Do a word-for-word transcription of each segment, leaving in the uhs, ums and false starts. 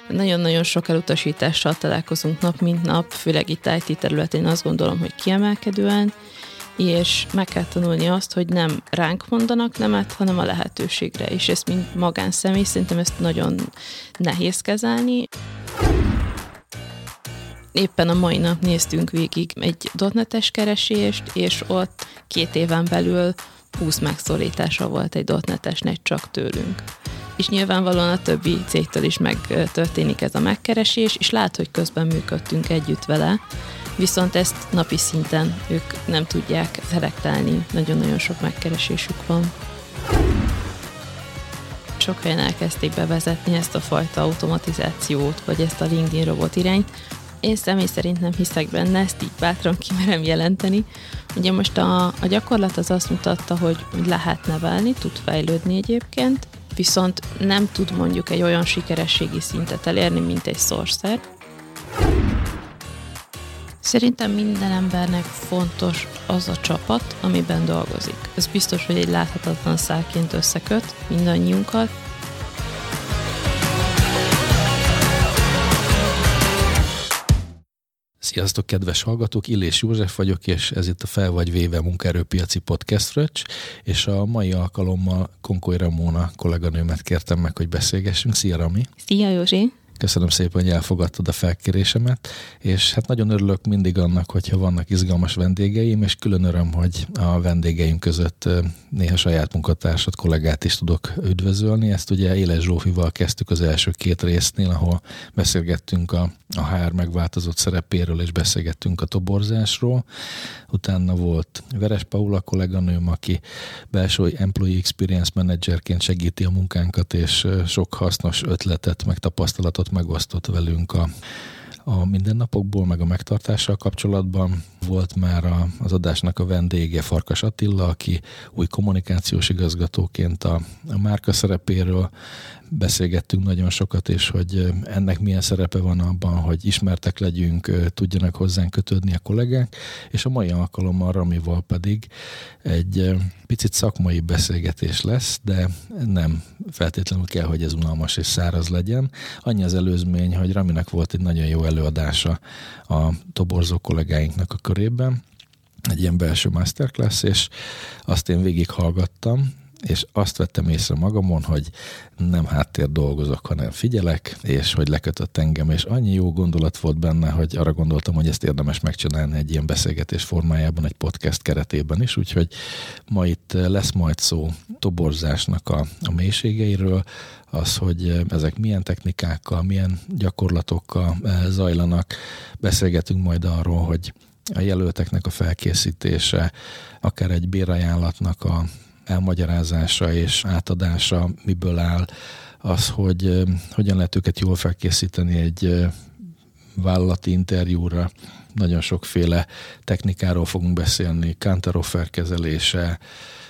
Nagyon-nagyon sok elutasítással találkozunk nap, mint nap, főleg itt í té területén azt gondolom, hogy kiemelkedően, és meg kell tanulni azt, hogy nem ránk mondanak nemet, hanem a lehetőségre, és ezt mint magánszemély, szerintem ezt nagyon nehéz kezelni. Éppen a mai nap néztünk végig egy dotnetes keresést, és ott két éven belül húsz megszólítása volt egy dotnetesnek csak tőlünk. És nyilvánvalóan a többi cégtől is megtörténik ez a megkeresés, és lát, hogy közben működtünk együtt vele, viszont ezt napi szinten ők nem tudják szelektálni, nagyon-nagyon sok megkeresésük van. Sok helyen elkezdték bevezetni ezt a fajta automatizációt, vagy ezt a LinkedIn robot irányt. Én személy szerint nem hiszek benne, ezt így bátran kimerem jelenteni. Ugye most a, a gyakorlat az azt mutatta, hogy lehet nevelni, tud fejlődni egyébként, viszont nem tud mondjuk egy olyan sikerességi szintet elérni, mint egy Sourcer. Szerintem minden embernek fontos az a csapat, amiben dolgozik. Ez biztos, hogy egy láthatatlan szálként összeköt mindannyiunkat. Sziasztok, kedves hallgatók! Illés József vagyok, és ez itt a Fel vagy véve munkaerőpiaci podcast fröccs, és a mai alkalommal Konkoly Ramóna kolléganőmet kértem meg, hogy beszélgessünk. Szia, Rami! Szia, Józsi! Köszönöm szépen, hogy elfogadtad a felkérésemet, és hát nagyon örülök mindig annak, hogyha vannak izgalmas vendégeim, és külön öröm, hogy a vendégeim között néha saját munkatársat, kollégát is tudok üdvözölni. Ezt ugye Éles Zsófival kezdtük az első két résznél, ahol beszélgettünk a, a há er megváltozott szerepéről, és beszélgettünk a toborzásról. Utána volt Veres Paula kolléganőm, aki belső Employee Experience Managerként segíti a munkánkat, és sok hasznos ötletet, meg tapasztalatot megosztott velünk a, a mindennapokból, meg a megtartással kapcsolatban. Volt már a, az adásnak a vendége Farkas Attila, aki új kommunikációs igazgatóként a, a márka szerepéről beszélgettünk nagyon sokat, és hogy ennek milyen szerepe van abban, hogy ismertek legyünk, tudjanak hozzánk kötődni a kollégák, és a mai alkalommal Ramival pedig egy picit szakmai beszélgetés lesz, de nem feltétlenül kell, hogy ez unalmas és száraz legyen. Annyi az előzmény, hogy Raminak volt egy nagyon jó előadása a toborzó kollégáinknak a körében, egy ilyen belső masterclass, és azt én végighallgattam, és azt vettem észre magamon, hogy nem háttér dolgozok, hanem figyelek, és hogy lekötött engem, és annyi jó gondolat volt benne, hogy arra gondoltam, hogy ezt érdemes megcsinálni egy ilyen beszélgetés formájában, egy podcast keretében is, úgyhogy ma itt lesz majd szó toborzásnak a, a mélységeiről, az, hogy ezek milyen technikákkal, milyen gyakorlatokkal zajlanak. Beszélgetünk majd arról, hogy a jelölteknek a felkészítése, akár egy bérajánlatnak a elmagyarázása és átadása miből áll, az, hogy hogyan lehet őket jól felkészíteni egy vállalati interjúra. Nagyon sokféle technikáról fogunk beszélni, counteroffer kezelése,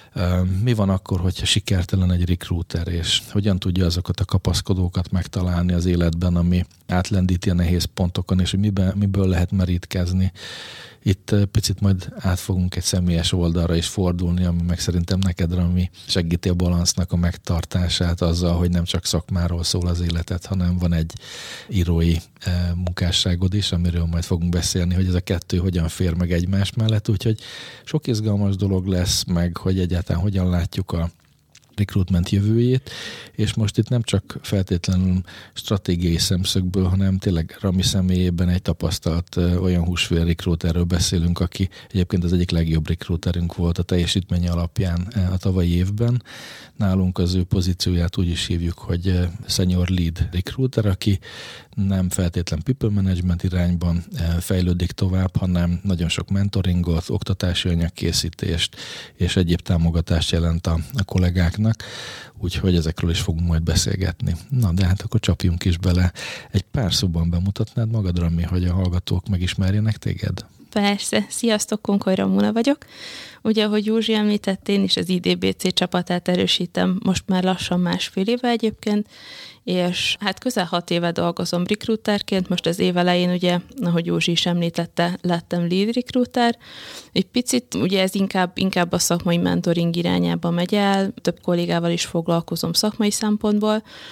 mi van akkor, hogyha sikertelen egy recruiter, és hogyan tudja azokat a kapaszkodókat megtalálni az életben, ami átlendíti a nehéz pontokon, és hogy miben, miből lehet merítkezni. Itt picit majd át fogunk egy személyes oldalra is fordulni, ami meg szerintem neked, Rami, segíti a balansznak a megtartását azzal, hogy nem csak szakmáról szól az életed, hanem van egy írói munkásságod is, amiről majd fogunk beszélni, hogy ez a kettő hogyan fér meg egymás mellett, úgyhogy sok izgalmas dolog lesz, meg hogy egyáltalán hogyan látjuk a recruitment jövőjét, és most itt nem csak feltétlenül stratégiai szemszögből, hanem tényleg Rami személyében egy tapasztalt olyan húsvér recruiterről beszélünk, aki egyébként az egyik legjobb recruiterünk volt a teljesítmény alapján a tavalyi évben. Nálunk az ő pozícióját úgy is hívjuk, hogy senior lead recruiter, aki nem feltétlen people management irányban fejlődik tovább, hanem nagyon sok mentoringot, oktatási anyagkészítést és egyéb támogatást jelent a, a kollégáknak, úgyhogy ezekről is fogunk majd beszélgetni. Na, de hát akkor csapjunk is bele. Egy pár szóban bemutatnád magad, Rami, hogy a hallgatók megismerjenek téged? Persze. Sziasztok, Konkoly Ramóna vagyok. Ugye, ahogy Józsi említett, én is az i dé bé cé csapatát erősítem most már lassan másfél éve egyébként, és hát közel hat éve dolgozom recruiterként, most az év elején ugye, ahogy Józsi is említette, lettem lead recruiter. Egy picit ugye ez inkább, inkább a szakmai mentoring irányába megy el, több kollégával is foglalkozom szakmai szempontból,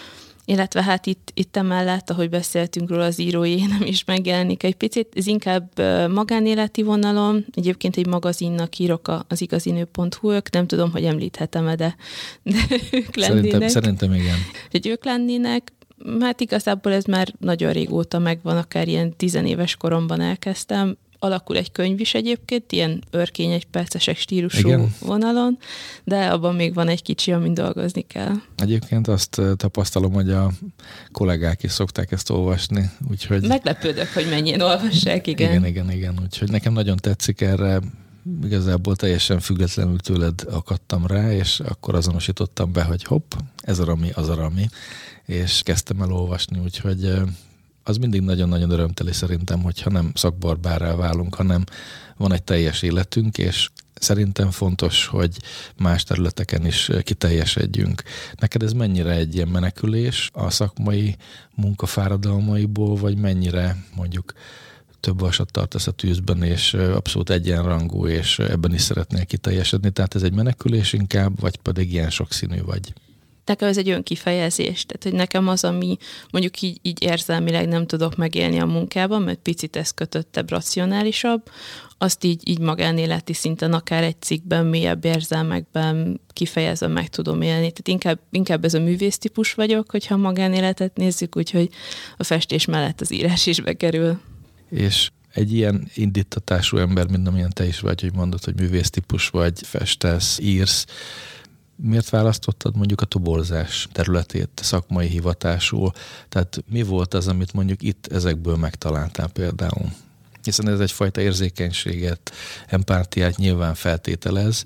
Illetve hát itt, itt emellett, ahogy beszéltünk róla, az írói énem is megjelenik egy picit. Ez inkább magánéleti vonalon. Egyébként egy magazinnak írok az igazinő pont hu, ők nem tudom, hogy említhetem-e, de, de ők lennének. Szerintem, szerintem igen. Hogy ők lennének. Hát igazából ez már nagyon régóta megvan, akár ilyen tizenéves koromban elkezdtem. Alakul egy könyv is egyébként, ilyen örkény egy percesek stílusú Igen. vonalon, de abban még van egy kicsi, amin dolgozni kell. Egyébként azt tapasztalom, hogy a kollégák is szokták ezt olvasni, úgyhogy... Meglepődök, hogy mennyien olvassák, igen. Igen, igen, igen, úgyhogy nekem nagyon tetszik erre, igazából teljesen függetlenül tőled akadtam rá, és akkor azonosítottam be, hogy hopp, ez a Rami, az a Rami, és kezdtem el olvasni, úgyhogy... az mindig nagyon-nagyon örömteli szerintem, hogyha nem szakbarbárrá válunk, hanem van egy teljes életünk, és szerintem fontos, hogy más területeken is kiteljesedjünk. Neked ez mennyire egy ilyen menekülés a szakmai munkafáradalmaiból, vagy mennyire mondjuk több vasat tartasz a tűzben, és abszolút egyenrangú, és ebben is szeretnél kiteljesedni. Tehát ez egy menekülés inkább, vagy pedig ilyen sokszínű vagy? Nekem ez egy önkifejezés, tehát hogy nekem az, ami mondjuk így, így érzelmileg nem tudok megélni a munkában, mert picit ez kötöttebb, racionálisabb, azt így, így magánéleti szinten, akár egy cikkben, mélyebb érzelmekben kifejezve meg tudom élni. Tehát inkább, inkább ez a művész típus vagyok, hogyha a magánéletet nézzük, úgyhogy a festés mellett az írás is bekerül. És egy ilyen indítatású ember, mint amilyen te is vagy, hogy mondod, hogy művész típus vagy, festesz, írsz, miért választottad mondjuk a toborzás területét szakmai hivatásul? Tehát mi volt az, amit mondjuk itt ezekből megtaláltál például? Hiszen ez egyfajta érzékenységet, empátiát nyilván feltételez,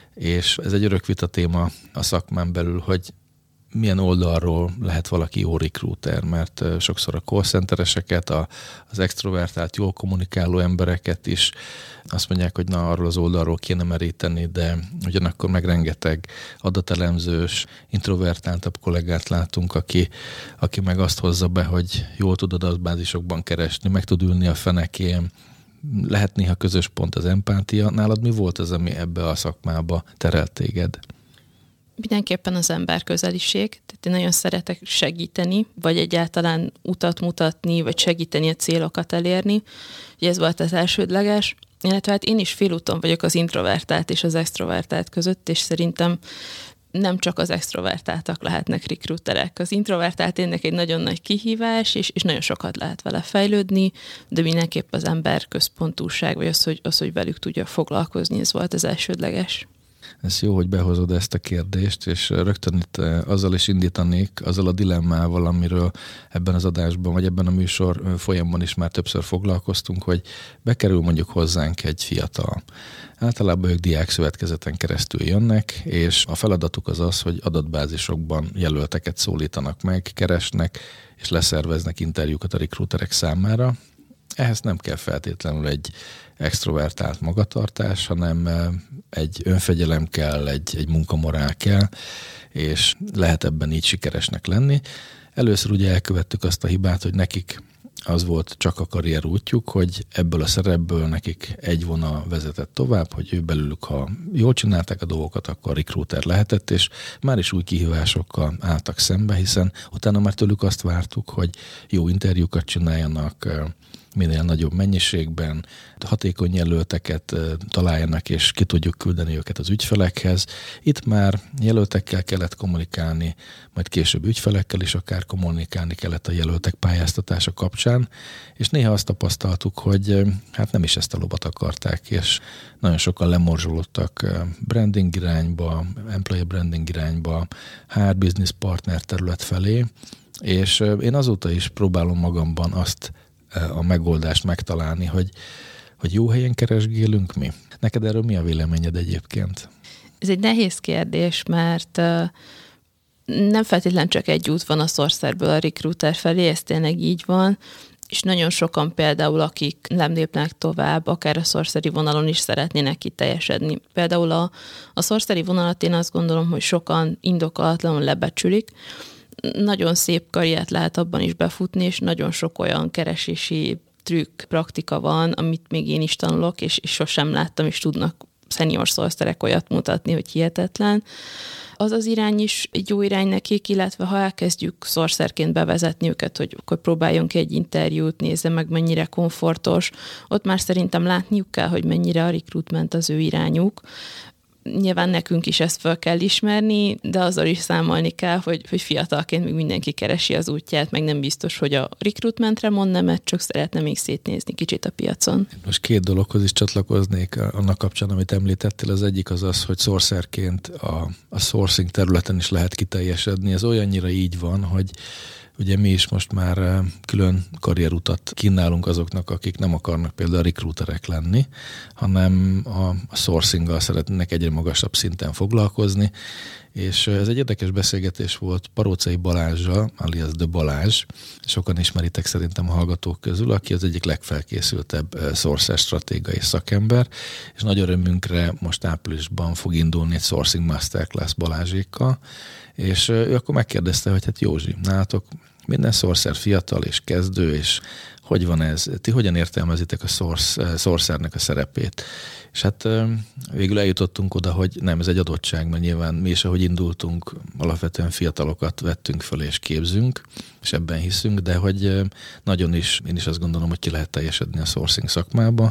és ez egy örök vita téma a szakmán belül, hogy milyen oldalról lehet valaki jó recruiter, mert sokszor a call centereseket, a, az extrovertált, jól kommunikáló embereket is azt mondják, hogy na, arról az oldalról kéne meríteni, de ugyanakkor meg rengeteg adatelemzős, introvertáltabb kollégát látunk, aki, aki meg azt hozza be, hogy jól tud adatbázisokban keresni, meg tud ülni a fenekén, lehet néha közös pont az empátia. Nálad mi volt az, ami ebbe a szakmába terelt téged? Mindenképpen az emberközeliség, tehát én nagyon szeretek segíteni, vagy egyáltalán utat mutatni, vagy segíteni a célokat elérni. Ugye ez volt az elsődleges, illetve hát én is félúton vagyok az introvertált és az extrovertált között, és szerintem nem csak az extrovertáltak lehetnek recruiterek. Az introvertált tényleg egy nagyon nagy kihívás, és, és nagyon sokat lehet vele fejlődni, de mindenképp az ember központúság, vagy az, hogy, az, hogy velük tudja foglalkozni, ez volt az elsődleges. Ez jó, hogy behozod ezt a kérdést, és rögtön itt azzal is indítanék, azzal a dilemmával, amiről ebben az adásban, vagy ebben a műsor folyamban is már többször foglalkoztunk, hogy bekerül mondjuk hozzánk egy fiatal. Általában ők diákszövetkezeten keresztül jönnek, és a feladatuk az az, hogy adatbázisokban jelölteket szólítanak meg, keresnek, és leszerveznek interjúkat a recruiterek számára. Ehhez nem kell feltétlenül egy extrovertált magatartás, hanem egy önfegyelem kell, egy, egy munkamorál kell, és lehet ebben így sikeresnek lenni. Először ugye elkövettük azt a hibát, hogy nekik az volt csak a karrier útjuk, hogy ebből a szerepből nekik egy vonal vezetett tovább, hogy ő belőlük, ha jól csinálták a dolgokat, akkor recruiter lehetett, és már is új kihívásokkal álltak szembe, hiszen utána már tőlük azt vártuk, hogy jó interjúkat csináljanak, minél nagyobb mennyiségben, hatékony jelölteket találjanak, és ki tudjuk küldeni őket az ügyfelekhez. Itt már jelöltekkel kellett kommunikálni, majd később ügyfelekkel is akár kommunikálni kellett a jelöltek pályáztatása kapcsán, és néha azt tapasztaltuk, hogy hát nem is ezt a lovat akarták, és nagyon sokan lemorzsolódtak branding irányba, employer branding irányba, há er business partner terület felé, és én azóta is próbálom magamban azt a megoldást megtalálni, hogy, hogy jó helyen keresgélünk mi. Neked erről mi a véleményed egyébként? Ez egy nehéz kérdés, mert nem feltétlenül csak egy út van a Sourcerből a recruiter felé, ez tényleg így van, és nagyon sokan például, akik nem lépnek tovább, akár a Sourceri vonalon is szeretnének kiteljesedni. Például a, a Sourceri vonalat én azt gondolom, hogy sokan indokolatlanul lebecsülik. Nagyon szép karriert lehet abban is befutni, és nagyon sok olyan keresési trükk, praktika van, amit még én is tanulok, és, és sosem láttam, és tudnak senior sourcerek olyat mutatni, hogy hihetetlen. Az az irány is egy jó irány nekik, illetve ha elkezdjük sourcerként bevezetni őket, hogy akkor próbáljon ki egy interjút, nézze meg, mennyire komfortos, ott már szerintem látniuk kell, hogy mennyire a recruitment az ő irányuk. Nyilván nekünk is ezt fel kell ismerni, de azzal is számolni kell, hogy, hogy fiatalként még mindenki keresi az útját, meg nem biztos, hogy a recruitmentre mond nemet, csak szeretne még szétnézni kicsit a piacon. Most két dologhoz is csatlakoznék annak kapcsán, amit említettél. Az egyik az az, hogy sourcerként a, a sourcing területen is lehet kiteljesedni. Ez olyannyira így van, hogy ugye mi is most már külön karrierutat kínálunk azoknak, akik nem akarnak például recruiterek lenni, hanem a, a sourcinggal szeretnének egyre magasabb szinten foglalkozni, és ez egy érdekes beszélgetés volt Parócai Balázsral, alias de Balázs, sokan ismeritek szerintem a hallgatók közül, aki az egyik legfelkészültebb sourcer stratéga és szakember, és nagy örömünkre most áprilisban fog indulni egy sourcing masterclass Balázsékkal, és ő akkor megkérdezte, hogy hát Józsi, nálatok minden sourcer fiatal és kezdő, és hogy van ez? Ti hogyan értelmezitek a source, sourcernek a szerepét? És hát végül eljutottunk oda, hogy nem, ez egy adottság, mert nyilván mi is, ahogy indultunk, alapvetően fiatalokat vettünk föl és képzünk, és ebben hiszünk, de hogy nagyon is, én is azt gondolom, hogy ki lehet teljesedni a sourcing szakmába,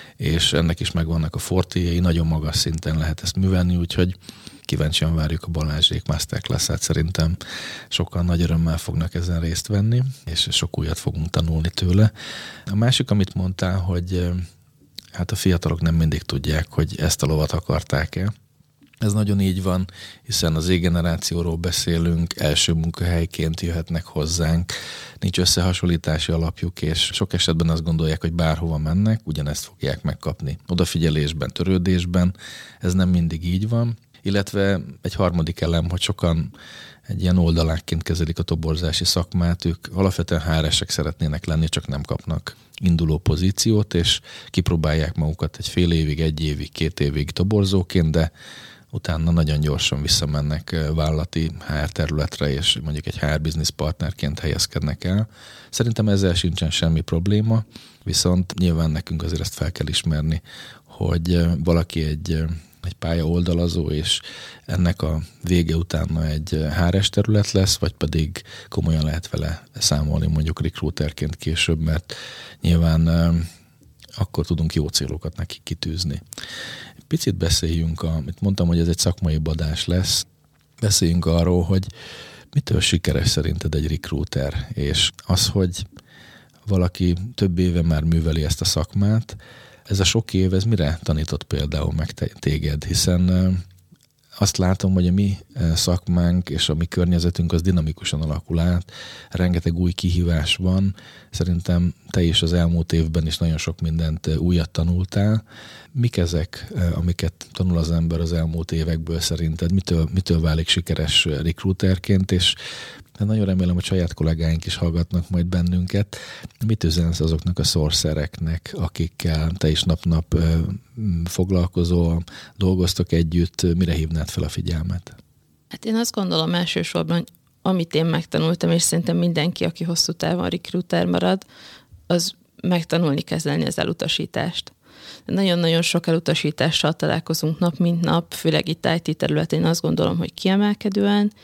és ennek is megvannak a fortéjei, nagyon magas szinten lehet ezt művelni, úgyhogy kíváncsian várjuk a Balázsék masterclass-át, szerintem sokan nagy örömmel fognak ezen részt venni, és sok újat fogunk tanulni tőle. A másik, amit mondtál, hogy hát a fiatalok nem mindig tudják, hogy ezt a lovat akarták-e. Ez nagyon így van, hiszen az Z-generációról beszélünk, első munkahelyként jöhetnek hozzánk, nincs összehasonlítási alapjuk, és sok esetben azt gondolják, hogy bárhova mennek, ugyanezt fogják megkapni. Odafigyelésben, törődésben, ez nem mindig így van. Illetve egy harmadik elem, hogy sokan egy ilyen oldalákként kezelik a toborzási szakmát, ők alapvetően há er esek szeretnének lenni, csak nem kapnak induló pozíciót, és kipróbálják magukat egy fél évig, egy évig, két évig toborzóként, de utána nagyon gyorsan visszamennek vállalati há er területre, és mondjuk egy há er business partnerként helyezkednek el. Szerintem ezzel sincsen semmi probléma, viszont nyilván nekünk azért ezt fel kell ismerni, hogy valaki egy egy pálya oldalazó, és ennek a vége utána egy há er es terület lesz, vagy pedig komolyan lehet vele számolni mondjuk recruiterként később, mert nyilván akkor tudunk jó célokat neki kitűzni. Picit beszéljünk, amit mondtam, hogy ez egy szakmai badás lesz, beszéljünk arról, hogy mitől sikeres szerinted egy recruiter, és az, hogy valaki több éve már műveli ezt a szakmát, ez a sok év, ez mire tanított például meg téged? Hiszen azt látom, hogy a mi szakmánk és a mi környezetünk az dinamikusan alakul át, rengeteg új kihívás van. Szerintem te is az elmúlt évben is nagyon sok mindent újat tanultál. Mik ezek, amiket tanul az ember az elmúlt évekből szerinted? Mitől, mitől válik sikeres recruiterként, és nagyon remélem, hogy saját kollégáink is hallgatnak majd bennünket. Mit üzensz azoknak a sourcereknek, akikkel te is nap-nap foglalkozol, dolgoztok együtt, mire hívnád fel a figyelmet? Hát én azt gondolom elsősorban, hogy amit én megtanultam, és szerintem mindenki, aki hosszú távon recruiter marad, az megtanulni kezelni az elutasítást. Nagyon-nagyon sok elutasítással találkozunk nap, mint nap, főleg itt í té területén azt gondolom, hogy kiemelkedően,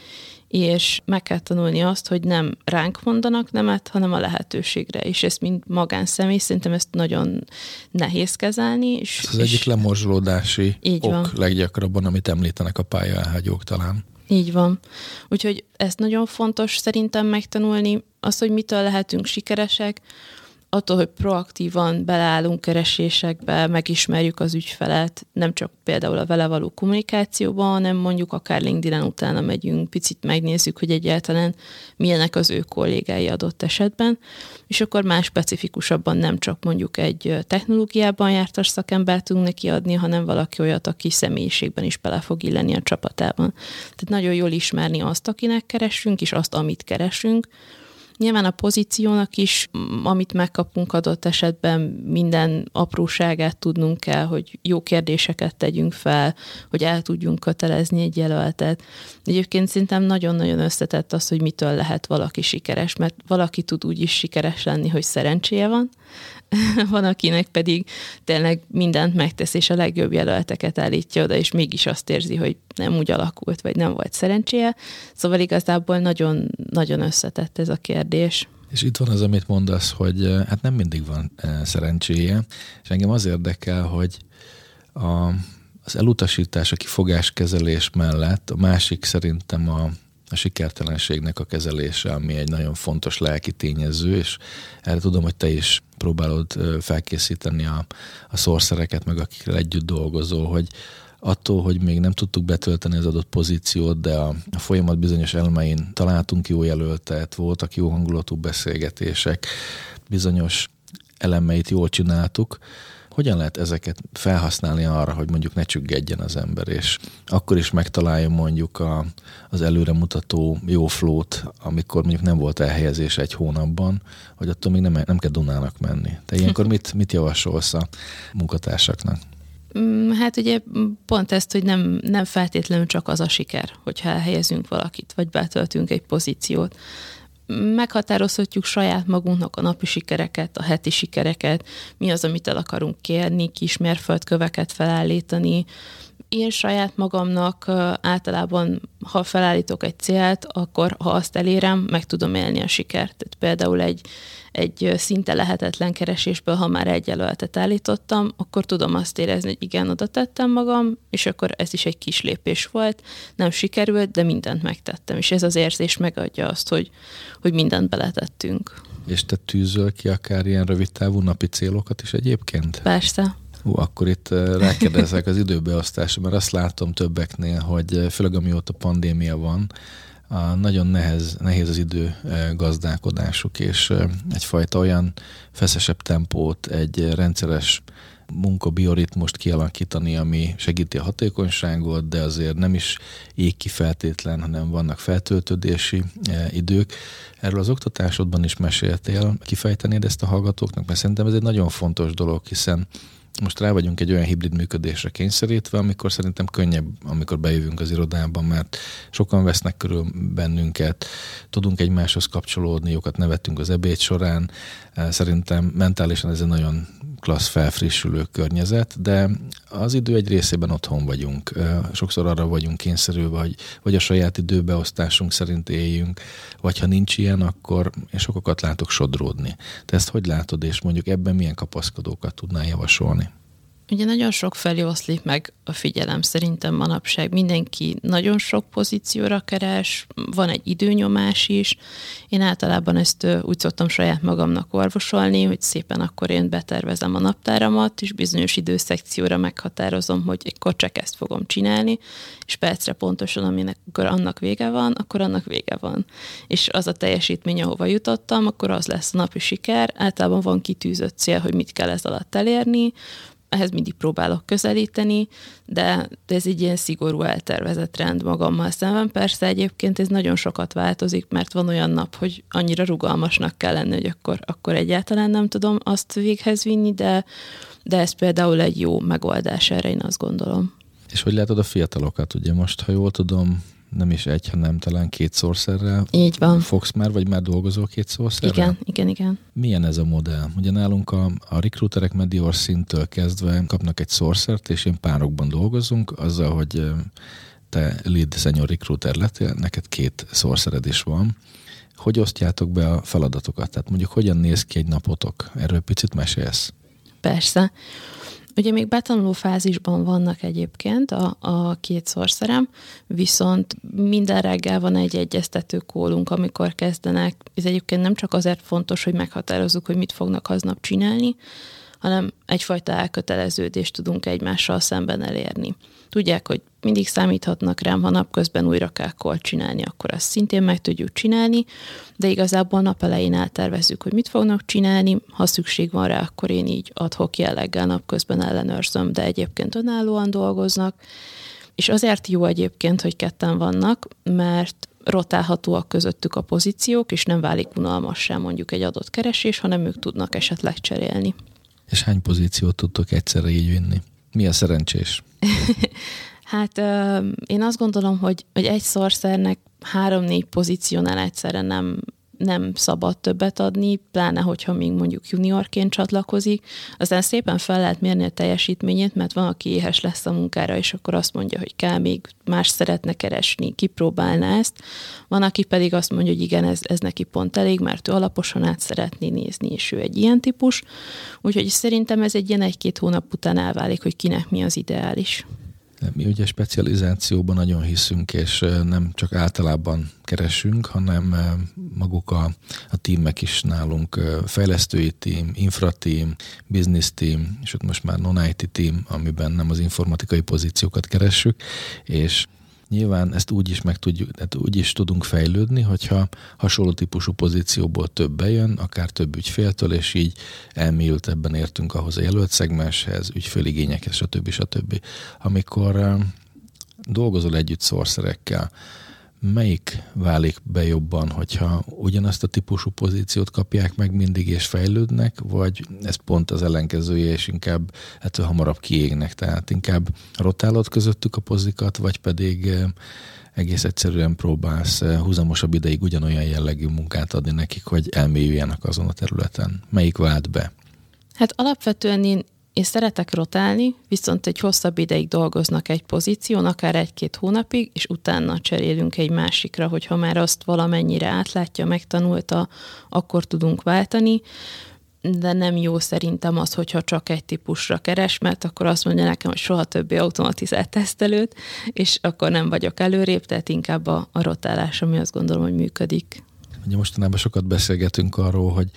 és meg kell tanulni azt, hogy nem ránk mondanak nemet, hanem a lehetőségre. És ezt mind magánszemély, szerintem ezt nagyon nehéz kezelni. És, Ez az egyik lemorzsolódási ok van. Leggyakrabban, amit említenek a pályaelhagyók talán. Így van. Úgyhogy ezt nagyon fontos szerintem megtanulni, az, hogy mitől lehetünk sikeresek, attól, hogy proaktívan beleállunk keresésekbe, megismerjük az ügyfelet, nem csak például a vele való kommunikációban, hanem mondjuk akár LinkedIn-en utána megyünk, picit megnézzük, hogy egyáltalán milyenek az ő kollégái adott esetben, és akkor más specifikusabban nem csak mondjuk egy technológiában jártas szakembert tudunk neki adni, hanem valaki olyat, aki személyiségben is bele fog illeni a csapatában. Tehát nagyon jól ismerni azt, akinek keresünk, és azt, amit keresünk, Nyilván a pozíciónak is, amit megkapunk adott esetben, minden apróságát tudnunk kell, hogy jó kérdéseket tegyünk fel, hogy el tudjunk kötelezni egy jelöltet. Egyébként szerintem nagyon-nagyon összetett az, hogy mitől lehet valaki sikeres, mert valaki tud úgy is sikeres lenni, hogy szerencséje van, van, akinek pedig tényleg mindent megtesz, és a legjobb jelölteket állítja oda, és mégis azt érzi, hogy nem úgy alakult, vagy nem volt szerencséje. Szóval igazából nagyon, nagyon összetett ez a kérdés. És itt van az, amit mondasz, hogy hát nem mindig van szerencséje, és engem az érdekel, hogy a, az elutasítás, a kifogáskezelés mellett a másik szerintem a a sikertelenségnek a kezelése, ami egy nagyon fontos lelki tényező, és erre tudom, hogy te is próbálod felkészíteni a, a szorszereket, meg akikkel együtt dolgozol, hogy attól, hogy még nem tudtuk betölteni az adott pozíciót, de a, a folyamat bizonyos elemein találtunk jó jelöltet, voltak jó hangulatú beszélgetések, bizonyos elemeit jól csináltuk. Hogyan lehet ezeket felhasználni arra, hogy mondjuk ne csüggedjen az ember, és akkor is megtalálja mondjuk a, az előremutató jó flót, amikor mondjuk nem volt elhelyezés egy hónapban, hogy attól még nem, nem kell Dunának menni. Te ilyenkor mit, mit javasolsz a munkatársaknak? Hát ugye pont ezt, hogy nem, nem feltétlenül csak az a siker, hogyha elhelyezünk valakit, vagy betöltünk egy pozíciót. Meghatározhatjuk saját magunknak a napi sikereket, a heti sikereket, mi az, amit el akarunk kérni, kis mérföldköveket felállítani. Én saját magamnak általában, ha felállítok egy célt, akkor ha azt elérem, meg tudom élni a sikert. Tehát például egy, egy szinte lehetetlen keresésből, ha már egy jelöltet állítottam, akkor tudom azt érezni, hogy igen, oda tettem magam, és akkor ez is egy kis lépés volt. Nem sikerült, de mindent megtettem, és ez az érzés megadja azt, hogy, hogy mindent beletettünk. És te tűzöl ki akár ilyen rövidtávú napi célokat is egyébként? Persze. Hú, akkor itt rákérdezek az időbeosztásra, mert azt látom többeknél, hogy főleg amióta pandémia van, a nagyon nehez, nehéz az idő gazdálkodásuk, és egyfajta olyan feszesebb tempót, egy rendszeres munkabioritmust kialakítani, ami segíti a hatékonyságot, de azért nem is ég ki feltétlen, hanem vannak feltöltődési idők. Erről az oktatásodban is meséltél, kifejtenéd ezt a hallgatóknak, mert szerintem ez egy nagyon fontos dolog, hiszen most rá vagyunk egy olyan hibrid működésre kényszerítve, amikor szerintem könnyebb, amikor bejövünk az irodában, mert sokan vesznek körül bennünket, tudunk egymáshoz kapcsolódni, jókat nevettünk az ebéd során. Szerintem mentálisan ez egy nagyon klassz, felfrissülő környezet, de az idő egy részében otthon vagyunk. Sokszor arra vagyunk kényszerülve, hogy vagy a saját időbeosztásunk szerint éljünk, vagy ha nincs ilyen, akkor én sokakat látok sodródni. Te ezt hogy látod, és mondjuk ebben milyen kapaszkodókat tudnál javasolni? Ugye nagyon sok felé oszlik meg a figyelem szerintem manapság. Mindenki nagyon sok pozícióra keres, van egy időnyomás is. Én általában ezt úgy szoktam saját magamnak orvosolni, hogy szépen akkor én betervezem a naptáramat, és bizonyos időszekcióra meghatározom, hogy akkor csak ezt fogom csinálni, és percre pontosan, aminek akkor annak vége van, akkor annak vége van. És az a teljesítmény, ahova jutottam, akkor az lesz a napi siker. Általában van kitűzött cél, hogy mit kell ez alatt elérni, ehhez mindig próbálok közelíteni, de ez egy ilyen szigorú eltervezett rend magammal szemben. Persze egyébként ez nagyon sokat változik, mert van olyan nap, hogy annyira rugalmasnak kell lenni, hogy akkor, akkor egyáltalán nem tudom azt véghez vinni, de, de ez például egy jó megoldás erre, én azt gondolom. És hogy látod a fiatalokat? Ugye most, ha jól tudom, nem is egy, hanem talán két szorszerrel. Így van. Fogsz már, vagy már dolgozol két szorszerrel? Igen, igen, igen. Milyen ez a modell? Ugye nálunk a, a recruiterek Medior szinttől kezdve kapnak egy szorszert, és én párokban dolgozunk, azzal, hogy te lead senior recruiter lettél, neked két szorszered is van. Hogy osztjátok be a feladatokat? Tehát mondjuk hogyan néz ki egy napotok? Erről picit mesélsz? Persze. Ugye még betanuló fázisban vannak egyébként a, a két szorszerem, viszont minden reggel van egy egyeztető kólunk, amikor kezdenek. Ez egyébként nem csak azért fontos, hogy meghatározzuk, hogy mit fognak aznap csinálni, hanem egyfajta elköteleződést tudunk egymással szemben elérni. Tudják, hogy mindig számíthatnak rám, ha napközben újra kell call csinálni, akkor azt szintén meg tudjuk csinálni, de igazából nap elején eltervezzük, hogy mit fognak csinálni, ha szükség van rá, akkor én így ad-hoc jelleggel napközben ellenőrzöm, de egyébként önállóan dolgoznak, és azért jó egyébként, hogy ketten vannak, mert rotálhatóak közöttük a pozíciók, és nem válik unalmassá mondjuk egy adott keresés, hanem ők tudnak esetleg cserélni. És hány pozíciót tudtok egyszerre így vinni? Mi a szerencsés? Hát én azt gondolom, hogy, hogy egy szorszernek három-négy pozíciónál egyszerre nem, nem szabad többet adni, pláne hogyha még mondjuk juniorként csatlakozik. Aztán szépen fel lehet mérni a teljesítményét, mert van, aki éhes lesz a munkára, és akkor azt mondja, hogy kell még más szeretne keresni, kipróbálná ezt. Van, aki pedig azt mondja, hogy igen, ez, ez neki pont elég, mert ő alaposan át szeretné nézni, és ő egy ilyen típus. Úgyhogy szerintem ez egy ilyen egy-két hónap után elválik, hogy kinek mi az ideális. Mi ugye specializációban nagyon hiszünk, és nem csak általában keresünk, hanem maguk a, a tímek is nálunk, fejlesztői tím, infra tím, business tím, és ott most már non-i té tím, amiben nem az informatikai pozíciókat keressük, és nyilván ezt úgy is meg tudjuk, tehát úgy is tudunk fejlődni, hogyha hasonló típusú pozícióból több bejön, akár több ügyféltől, és így elmélyültebben értünk ahhoz a jelölt szegmenshez, ügyféligényekhez, stb. stb. Amikor uh, dolgozol együtt szorszerekkel, melyik válik be jobban, hogyha ugyanazt a típusú pozíciót kapják meg mindig és fejlődnek, vagy ez pont az ellenkezője, és inkább ettől hamarabb kiégnek, tehát inkább rotálod közöttük a pozikat, vagy pedig egész egyszerűen próbálsz húzamosabb ideig ugyanolyan jellegű munkát adni nekik, hogy elmélyüljenek azon a területen. Melyik vált be? Hát alapvetően én Én szeretek rotálni, viszont egy hosszabb ideig dolgoznak egy pozíción, akár egy-két hónapig, és utána cserélünk egy másikra, hogyha már azt valamennyire átlátja, megtanulta, akkor tudunk váltani, de nem jó szerintem az, hogyha csak egy típusra keres, mert akkor azt mondja nekem, hogy soha többé automatizált tesztelőt, és akkor nem vagyok előrébb, tehát inkább a, a rotálás, ami azt gondolom, hogy működik. Ugye mostanában sokat beszélgetünk arról, hogy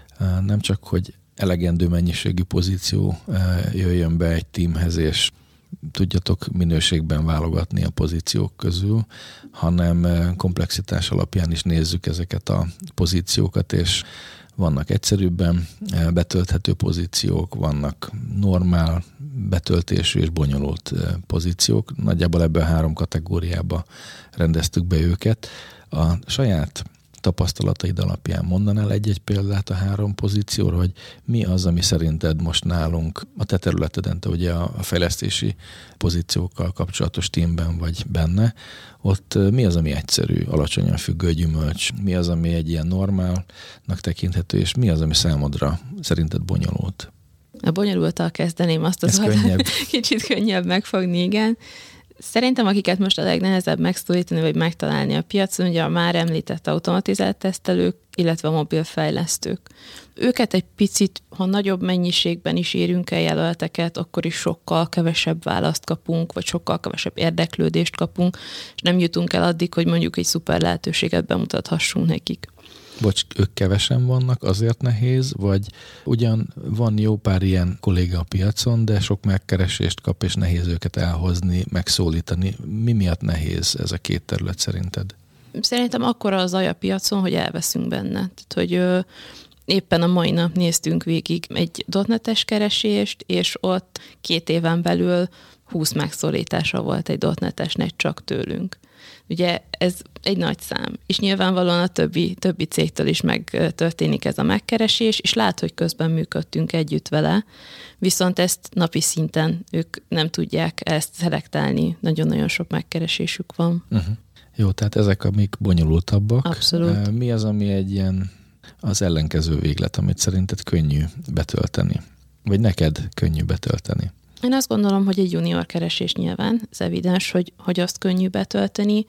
nem csak, hogy elegendő mennyiségű pozíció jöjjön be egy tímhez, és tudjatok minőségben válogatni a pozíciók közül, hanem komplexitás alapján is nézzük ezeket a pozíciókat, és vannak egyszerűbben betölthető pozíciók, vannak normál betöltésű és bonyolult pozíciók. Nagyjából ebben a három kategóriába rendeztük be őket. A saját tapasztalataid alapján mondanál egy-egy példát a három pozícióra, hogy mi az, ami szerinted most nálunk a te területeden, te ugye a fejlesztési pozíciókkal kapcsolatos tímben vagy benne, ott mi az, ami egyszerű, alacsonyan függő gyümölcs, mi az, ami egy ilyen normálnak tekinthető, és mi az, ami számodra szerinted bonyolult? A bonyolulttal kezdeném azt az oldalt, kicsit könnyebb megfogni, igen. Szerintem, akiket most a legnehezebb megszólítani, vagy megtalálni a piacon, ugye a már említett automatizált tesztelők, illetve a mobil fejlesztők. Őket egy picit, ha nagyobb mennyiségben is érünk el jelölteket, akkor is sokkal kevesebb választ kapunk, vagy sokkal kevesebb érdeklődést kapunk, és nem jutunk el addig, hogy mondjuk egy szuper lehetőséget bemutathassunk nekik. Vagy ők kevesen vannak, azért nehéz, vagy ugyan van jó pár ilyen kolléga a piacon, de sok megkeresést kap, és nehéz őket elhozni, megszólítani. Mi miatt nehéz ez a két terület szerinted? Szerintem akkora az zaj a piacon, hogy elveszünk benne. Tehát, hogy ö, éppen a mai nap néztünk végig egy dotnetes keresést, és ott két éven belül húsz megszólítása volt egy dotnetesnek csak tőlünk. Ugye ez egy nagy szám, és nyilvánvalóan a többi, többi cégtől is megtörténik ez a megkeresés, és lát, hogy közben működtünk együtt vele, viszont ezt napi szinten ők nem tudják ezt szelektálni, nagyon-nagyon sok megkeresésük van. Uh-huh. Jó, tehát ezek amik bonyolultabbak. Abszolút. Mi az, ami egy ilyen az ellenkező véglet, amit szerinted könnyű betölteni? Vagy neked könnyű betölteni? Én azt gondolom, hogy egy junior keresés nyilván, ez evidens, hogy, hogy azt könnyű betölteni.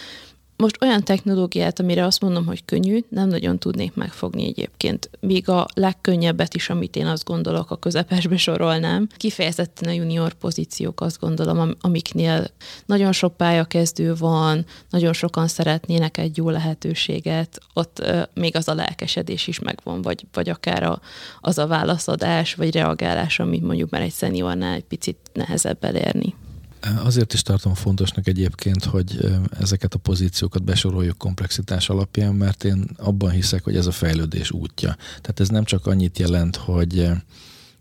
Most olyan technológiát, amire azt mondom, hogy könnyű, nem nagyon tudnék megfogni egyébként. Míg a legkönnyebbet is, amit én azt gondolok, a közepesbe sorolnám. Kifejezetten a junior pozíciók, azt gondolom, amiknél nagyon sok pályakezdő van, nagyon sokan szeretnének egy jó lehetőséget, ott uh, még az a lelkesedés is megvan, vagy, vagy akár a, az a válaszadás, vagy reagálás, amit mondjuk már egy szeniornál egy picit nehezebb elérni. Azért is tartom fontosnak egyébként, hogy ezeket a pozíciókat besoroljuk komplexitás alapján, mert én abban hiszek, hogy ez a fejlődés útja. Tehát ez nem csak annyit jelent, hogy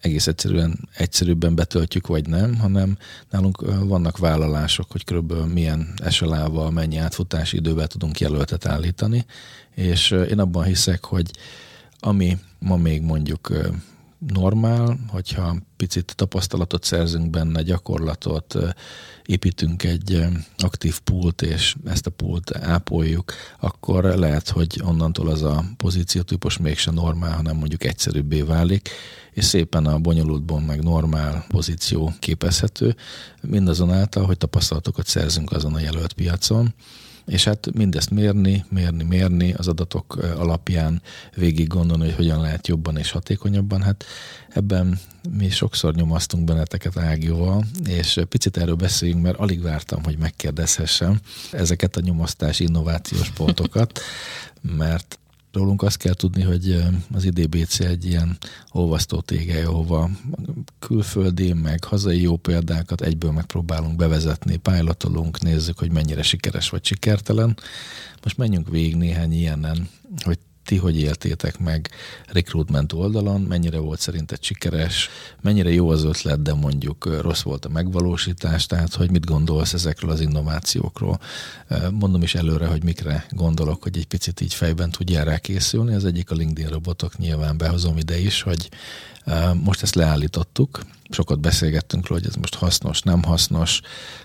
egész egyszerűen egyszerűbben betöltjük, vagy nem, hanem nálunk vannak vállalások, hogy körülbelül milyen es el á-val, mennyi átfutási idővel tudunk jelöltet állítani, és én abban hiszek, hogy ami ma még mondjuk normál, hogyha picit tapasztalatot szerzünk benne, gyakorlatot, építünk egy aktív pult, és ezt a pult ápoljuk, akkor lehet, hogy onnantól az a pozíciótípus mégsem normál, hanem mondjuk egyszerűbbé válik, és szépen a bonyolultból meg normál pozíció képezhető, mindazonáltal, hogy tapasztalatokat szerzünk azon a jelölt piacon. És hát mindezt mérni, mérni, mérni, az adatok alapján végig gondolni, hogy hogyan lehet jobban és hatékonyabban. Hát ebben mi sokszor nyomasztunk benneteket Ágival, és picit erről beszéljünk, mert alig vártam, hogy megkérdezhessem ezeket a nyomasztás innovációs pontokat, mert rólunk azt kell tudni, hogy az i dé bé cé egy ilyen olvasztó tégely, ahova külföldi, meg hazai jó példákat egyből megpróbálunk bevezetni, pilotolunk, nézzük, hogy mennyire sikeres vagy sikertelen. Most menjünk végig néhány ilyenen, hogy ti hogy éltétek meg recruitment oldalon, mennyire volt szerinted sikeres, mennyire jó az ötlet, de mondjuk rossz volt a megvalósítás, tehát hogy mit gondolsz ezekről az innovációkról. Mondom is előre, hogy mikre gondolok, hogy egy picit így fejben tudjál rá készülni. Az egyik a LinkedIn robotok, nyilván behozom ide is, hogy most ezt leállítottuk, sokat beszélgettünk róla, hogy ez most hasznos, nem hasznos.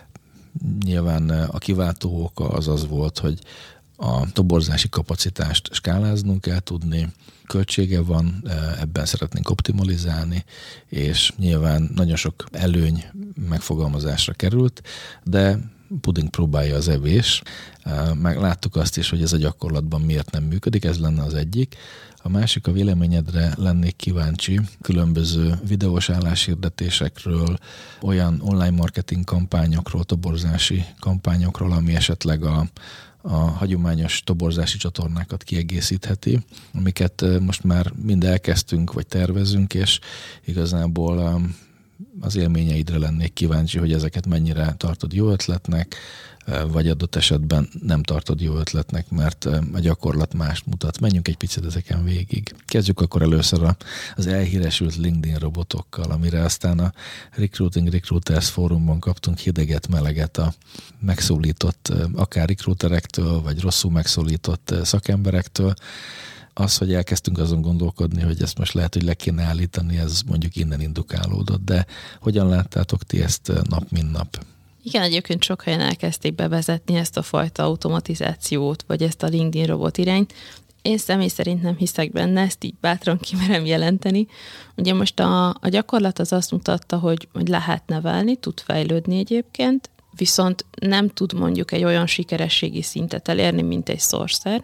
Nyilván a kiváltó oka az az volt, hogy a toborzási kapacitást skáláznunk kell tudni, költsége van, ebben szeretnénk optimalizálni, és nyilván nagyon sok előny megfogalmazásra került, de puding próbálja az evés. Meg láttuk azt is, hogy ez a gyakorlatban miért nem működik, ez lenne az egyik. A másik, a véleményedre lennék kíváncsi különböző videós álláshirdetésekről, olyan online marketing kampányokról, toborzási kampányokról, ami esetleg a a hagyományos toborzási csatornákat kiegészítheti, amiket most már mind elkezdtünk, vagy tervezünk, és igazából az élményeidre lennék kíváncsi, hogy ezeket mennyire tartod jó ötletnek, vagy adott esetben nem tartod jó ötletnek, mert a gyakorlat mást mutat. Menjünk egy picit ezeken végig. Kezdjük akkor először az elhíresült LinkedIn robotokkal, amire aztán a Recruiting Recruiters fórumban kaptunk hideget, meleget a megszólított akár recruiterektől, vagy rosszul megszólított szakemberektől. Az, hogy elkezdtünk azon gondolkodni, hogy ezt most lehet, hogy le kéne állítani, ez mondjuk innen indukálódott, de hogyan láttátok ti ezt nap, mint nap? Igen, egyébként sok helyen elkezdték bevezetni ezt a fajta automatizációt, vagy ezt a LinkedIn robot irányt. Én személy szerint nem hiszek benne, ezt így bátran kimerem jelenteni. Ugye most a, a gyakorlat az azt mutatta, hogy, hogy lehet nevelni, tud fejlődni egyébként, viszont nem tud mondjuk egy olyan sikerességi szintet elérni, mint egy Sourcer,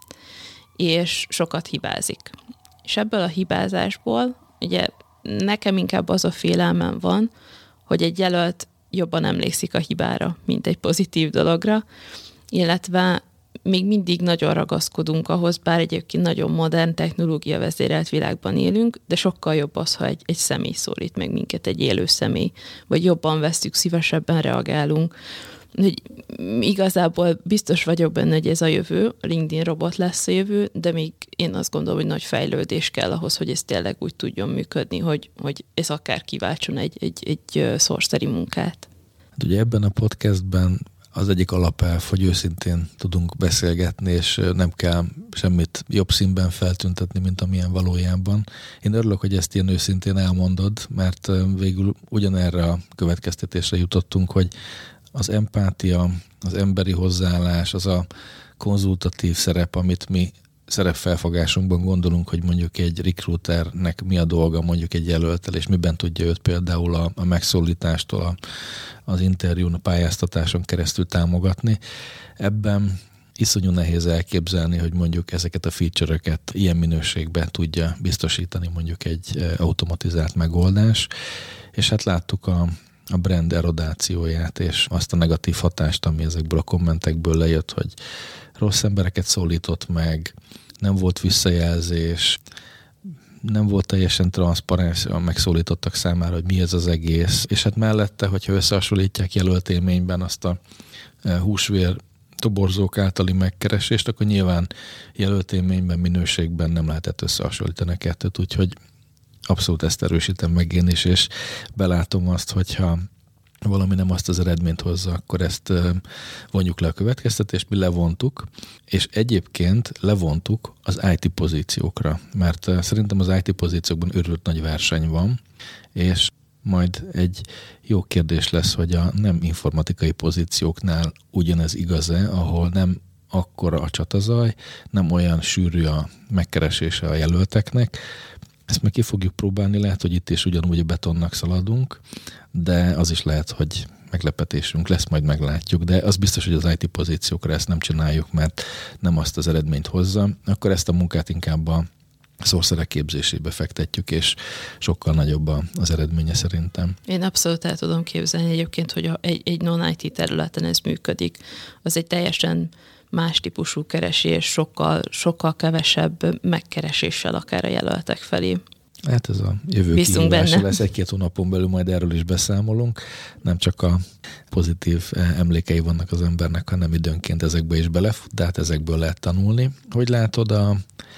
és sokat hibázik. És ebből a hibázásból, ugye nekem inkább az a félelmem van, hogy egy jelölt jobban emlékszik a hibára, mint egy pozitív dologra, illetve még mindig nagyon ragaszkodunk ahhoz, bár egyébként nagyon modern, technológia vezérelt világban élünk, de sokkal jobb az, ha egy, egy személy szólít meg minket, egy élő személy, vagy jobban vesszük, szívesebben reagálunk. Hogy igazából biztos vagyok benne, hogy ez a jövő, a LinkedIn robot lesz a jövő, de még én azt gondolom, hogy nagy fejlődés kell ahhoz, hogy ez tényleg úgy tudjon működni, hogy, hogy ez akár kiváltson egy, egy, egy szorszeri munkát. Hát ugye ebben a podcastben az egyik alapelv, hogy őszintén tudunk beszélgetni, és nem kell semmit jobb színben feltüntetni, mint amilyen valójában. Én örülök, hogy ezt ilyen őszintén elmondod, mert végül ugyanerre a következtetésre jutottunk, hogy az empátia, az emberi hozzáállás, az a konzultatív szerep, amit mi szerepfelfogásunkban gondolunk, hogy mondjuk egy recruiternek mi a dolga mondjuk egy jelöltel, és miben tudja őt például a, a megszólítástól, a, az interjún, a pályáztatáson keresztül támogatni. Ebben iszonyú nehéz elképzelni, hogy mondjuk ezeket a feature-öket ilyen minőségben tudja biztosítani mondjuk egy automatizált megoldás, és hát láttuk a a brand erodációját, és azt a negatív hatást, ami ezekből a kommentekből lejött, hogy rossz embereket szólított meg, nem volt visszajelzés, nem volt teljesen transzparens a megszólítottak számára, hogy mi ez az egész, és hát mellette, hogyha összehasonlítják jelölt élményben azt a húsvér toborzók általi megkeresést, akkor nyilván jelölt élményben, minőségben nem lehetett összehasonlítani a kettőt, úgyhogy abszolút ezt erősítem meg én is, és belátom azt, hogyha valami nem azt az eredményt hozza, akkor ezt vonjuk le a következtetést, mi levontuk, és egyébként levontuk az i té pozíciókra, mert szerintem az i té pozíciókban őrült nagy verseny van, és majd egy jó kérdés lesz, hogy a nem informatikai pozícióknál ugyanez igaz-e, ahol nem akkora a csatazaj, nem olyan sűrű a megkeresése a jelölteknek. Ezt meg ki fogjuk próbálni, lehet, hogy itt is ugyanúgy a betonnak szaladunk, de az is lehet, hogy meglepetésünk lesz, majd meglátjuk, de az biztos, hogy az i té pozíciókra ezt nem csináljuk, mert nem azt az eredményt hozza, akkor ezt a munkát inkább a szószerek képzésébe fektetjük, és sokkal nagyobb az eredménye szerintem. Én abszolút el tudom képzelni egyébként, hogy egy, egy non-i té területen ez működik. Az egy teljesen más típusú keresés, sokkal, sokkal kevesebb megkereséssel akár a jelöltek felé. Hát ez a jövő kihívása lesz, egy-két hónapon belül majd erről is beszámolunk. Nem csak a pozitív emlékei vannak az embernek, hanem időnként ezekbe is belefut, de hát ezekből lehet tanulni. Hogy látod a,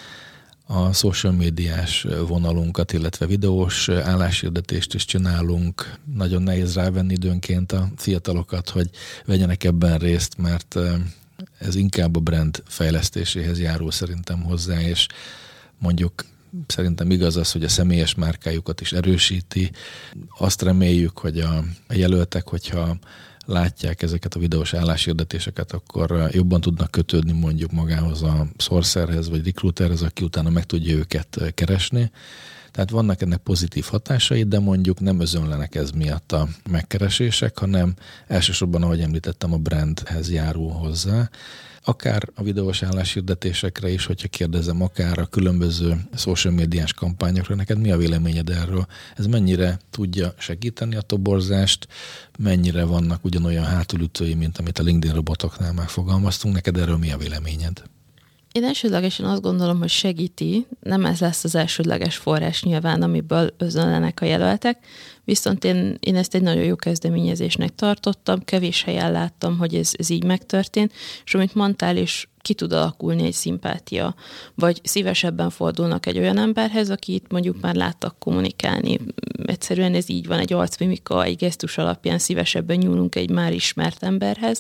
a social médiás vonalunkat, illetve videós álláshirdetést is csinálunk. Nagyon nehéz rávenni időnként a fiatalokat, hogy vegyenek ebben részt, mert ez inkább a brand fejlesztéséhez járul szerintem hozzá, és mondjuk szerintem igaz az, hogy a személyes márkájukat is erősíti. Azt reméljük, hogy a jelöltek, hogyha látják ezeket a videós álláshirdetéseket, akkor jobban tudnak kötődni mondjuk magához a sourcerhez, vagy recruiterhez, aki utána meg tudja őket keresni. Tehát vannak ennek pozitív hatásai, de mondjuk nem özönlenek ez miatt a megkeresések, hanem elsősorban, ahogy említettem, a brandhez járul hozzá. Akár a videós álláshirdetésekre is, hogyha kérdezem, akár a különböző social médiás kampányokra, neked mi a véleményed erről? Ez mennyire tudja segíteni a toborzást, mennyire vannak ugyanolyan hátulütői, mint amit a LinkedIn robotoknál már fogalmaztunk, neked erről mi a véleményed? Én elsődlegesen azt gondolom, hogy segíti, nem ez lesz az elsődleges forrás nyilván, amiből özönlenek a jelöltek, viszont én, én ezt egy nagyon jó kezdeményezésnek tartottam, kevés helyen láttam, hogy ez, ez így megtörtént, és amit mondtál is, ki tud alakulni egy szimpátia, vagy szívesebben fordulnak egy olyan emberhez, akit mondjuk már láttak kommunikálni. Egyszerűen ez így van, egy arcmimika, egy gesztus alapján szívesebben nyúlunk egy már ismert emberhez,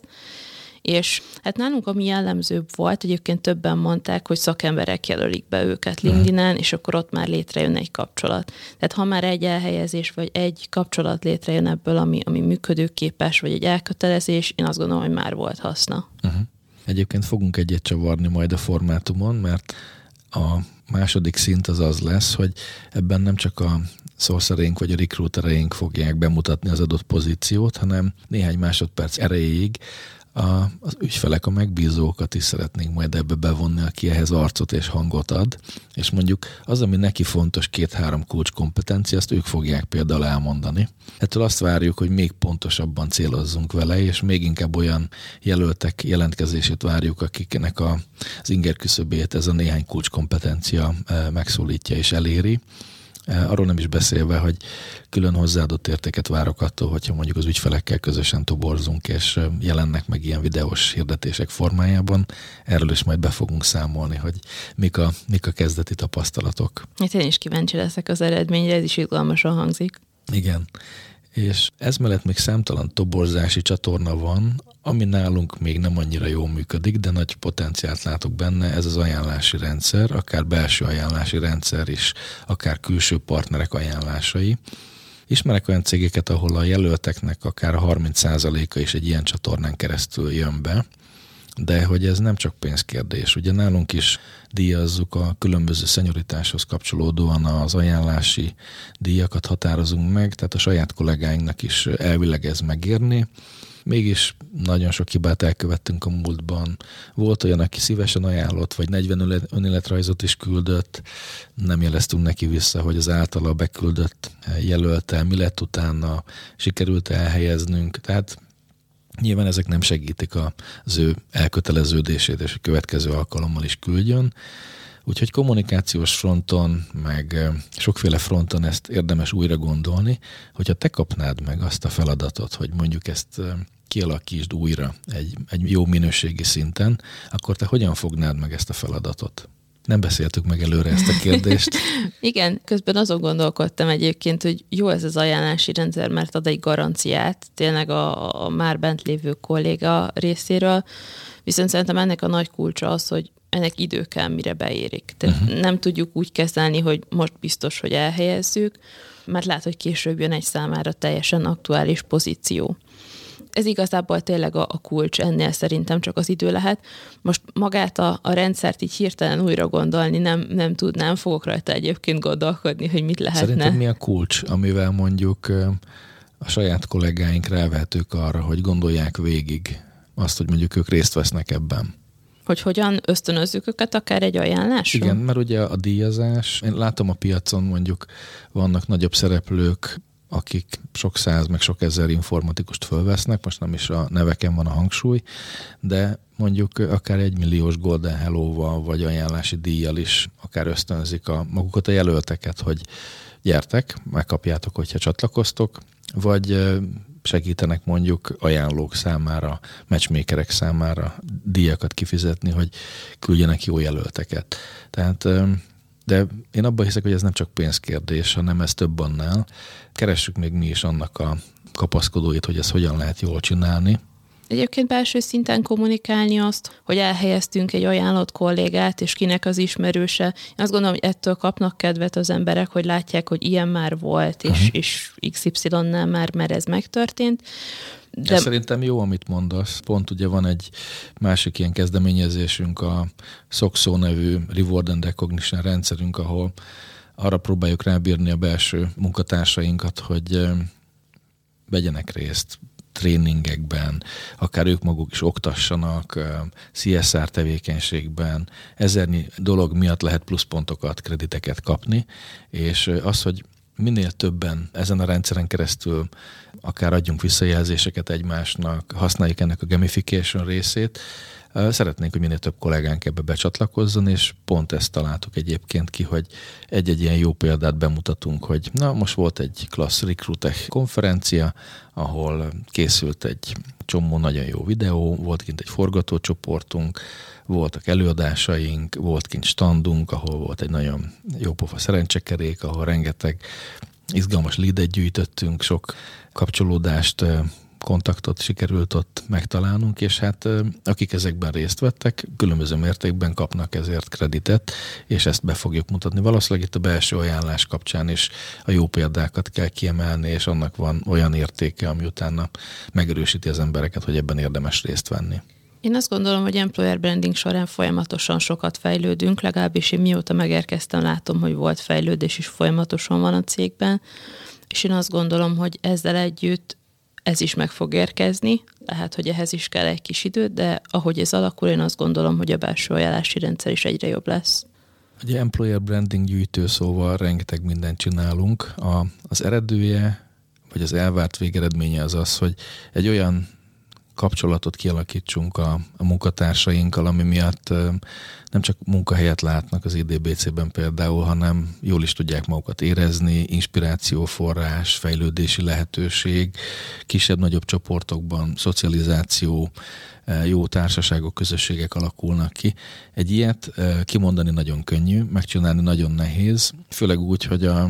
és hát nálunk ami jellemzőbb volt, egyébként többen mondták, hogy szakemberek jelölik be őket LinkedIn-en, és akkor ott már létrejön egy kapcsolat. Tehát ha már egy elhelyezés, vagy egy kapcsolat létrejön ebből, ami, ami működőképes, vagy egy elkötelezés, én azt gondolom, hogy már volt haszna. Uh-huh. Egyébként fogunk egyet csavarni majd a formátumon, mert a második szint az az lesz, hogy ebben nem csak a sourcereink vagy a recruitereink fogják bemutatni az adott pozíciót, hanem néhány másodperc erejéig A, az ügyfelek, a megbízókat is szeretnénk majd ebbe bevonni, aki ehhez arcot és hangot ad, és mondjuk az, ami neki fontos két-három kulcskompetencia, azt ők fogják például elmondani. Ettől azt várjuk, hogy még pontosabban célozzunk vele, és még inkább olyan jelöltek jelentkezését várjuk, akiknek a, az inger küszöbét ez a néhány kulcskompetencia megszólítja és eléri. Arról nem is beszélve, hogy külön hozzáadott értéket várok attól, hogyha mondjuk az ügyfelekkel közösen toborzunk, és jelennek meg ilyen videós hirdetések formájában. Erről is majd be fogunk számolni, hogy mik a, mik a kezdeti tapasztalatok. Hát én is kíváncsi leszek az eredményre, ez is izgalmasan hangzik. Igen. És ez mellett még számtalan toborzási csatorna van, ami nálunk még nem annyira jól működik, de nagy potenciált látok benne, ez az ajánlási rendszer, akár belső ajánlási rendszer is, akár külső partnerek ajánlásai. Ismerek olyan cégeket, ahol a jelölteknek akár a harminc százaléka is egy ilyen csatornán keresztül jön be, de hogy ez nem csak pénzkérdés. Ugye nálunk is díjazzuk a különböző szenioritáshoz kapcsolódóan az ajánlási díjakat határozunk meg, tehát a saját kollégáinknak is elvileg ez megérni. Mégis nagyon sok hibát elkövettünk a múltban. Volt olyan, aki szívesen ajánlott, vagy negyven önéletrajzot is küldött, nem jeleztünk neki vissza, hogy az általa beküldött jelöltel mi lett utána, sikerült elhelyeznünk, tehát nyilván ezek nem segítik az ő elköteleződését, és a következő alkalommal is küldjön. Úgyhogy kommunikációs fronton, meg sokféle fronton ezt érdemes újra gondolni, hogyha te kapnád meg azt a feladatot, hogy mondjuk ezt kialakítsd újra egy, egy jó minőségi szinten, akkor te hogyan fognád meg ezt a feladatot? Nem beszéltük meg előre ezt a kérdést. Igen, közben azon gondolkodtam egyébként, hogy jó ez az ajánlási rendszer, mert ad egy garanciát tényleg a, a már bent lévő kolléga részéről, viszont szerintem ennek a nagy kulcsa az, hogy ennek idő kell, mire beérik. Tehát uh-huh. nem tudjuk úgy kezelni, hogy most biztos, hogy elhelyezzük, mert lehet, hogy később jön egy számára teljesen aktuális pozíció. Ez igazából tényleg a, a kulcs, ennél szerintem csak az idő lehet. Most magát a, a rendszert így hirtelen újra gondolni nem, nem tudnám, fogok rajta egyébként gondolkodni, hogy mit lehetne. Szerinted mi a kulcs, amivel mondjuk a saját kollégáink rávehetők arra, hogy gondolják végig azt, hogy mondjuk ők részt vesznek ebben? Hogy hogyan ösztönözzük őket akár egy ajánlásra? Igen, mert ugye a díjazás, én látom a piacon mondjuk vannak nagyobb szereplők, akik sok száz, meg sok ezer informatikust fölvesznek, most nem is a neveken van a hangsúly, de mondjuk akár egy milliós Golden Hello-val, vagy ajánlási díjjal is akár ösztönzik a, magukat a jelölteket, hogy gyertek, megkapjátok, hogyha csatlakoztok, vagy segítenek mondjuk ajánlók számára, matchmakerek számára díjakat kifizetni, hogy küldjenek jó jelölteket. Tehát, de én abban hiszek, hogy ez nem csak pénzkérdés, hanem ez több annál. Keressük még mi is annak a kapaszkodóit, hogy ezt hogyan lehet jól csinálni. Egyébként belső szinten kommunikálni azt, hogy elhelyeztünk egy ajánlott kollégát, és kinek az ismerőse. Én azt gondolom, hogy ettől kapnak kedvet az emberek, hogy látják, hogy ilyen már volt, és, uh-huh. és iksz ipszilonnál már, mert ez megtörtént. De... Ez szerintem jó, amit mondasz. Pont ugye van egy másik ilyen kezdeményezésünk, a Soxo nevű Reward and Recognition rendszerünk, ahol arra próbáljuk rábírni a belső munkatársainkat, hogy vegyenek részt tréningekben, akár ők maguk is oktassanak, cé es er tevékenységben, ezernyi dolog miatt lehet pluszpontokat, krediteket kapni, és az, hogy minél többen ezen a rendszeren keresztül akár adjunk visszajelzéseket egymásnak, használjuk ennek a gamification részét, szeretnénk, hogy minél több kollégánk ebbe becsatlakozzon, és pont ezt találtuk egyébként ki, hogy egy-egy ilyen jó példát bemutatunk, hogy na, most volt egy klassz Recruitech konferencia, ahol készült egy csomó nagyon jó videó, volt kint egy forgatócsoportunk, voltak előadásaink, volt kint standunk, ahol volt egy nagyon jó pofa szerencsekerék, ahol rengeteg izgalmas leadet gyűjtöttünk, sok kapcsolódást, kontaktot sikerült ott megtalálnunk, és hát akik ezekben részt vettek, különböző mértékben kapnak ezért kreditet, és ezt be fogjuk mutatni. Valószínűleg itt a belső ajánlás kapcsán is a jó példákat kell kiemelni, és annak van olyan értéke, ami utána megerősíti az embereket, hogy ebben érdemes részt venni. Én azt gondolom, hogy employer branding során folyamatosan sokat fejlődünk, legalábbis én mióta megérkeztem, látom, hogy volt fejlődés is folyamatosan van a cégben, és én azt gondolom, hogy ezzel együtt ez is meg fog érkezni, lehet, hogy ehhez is kell egy kis idő, de ahogy ez alakul, én azt gondolom, hogy a belső ajánlási rendszer is egyre jobb lesz. Ugye employer branding gyűjtő szóval rengeteg mindent csinálunk. A, az eredője, vagy az elvárt végeredménye az az, hogy egy olyan kapcsolatot kialakítsunk a, a munkatársainkkal, ami miatt nem csak munkahelyet látnak az i dé bé cében például, hanem jól is tudják magukat érezni, inspirációforrás, fejlődési lehetőség, kisebb-nagyobb csoportokban szocializáció, jó társaságok, közösségek alakulnak ki. Egy ilyet kimondani nagyon könnyű, megcsinálni nagyon nehéz, főleg úgy, hogy a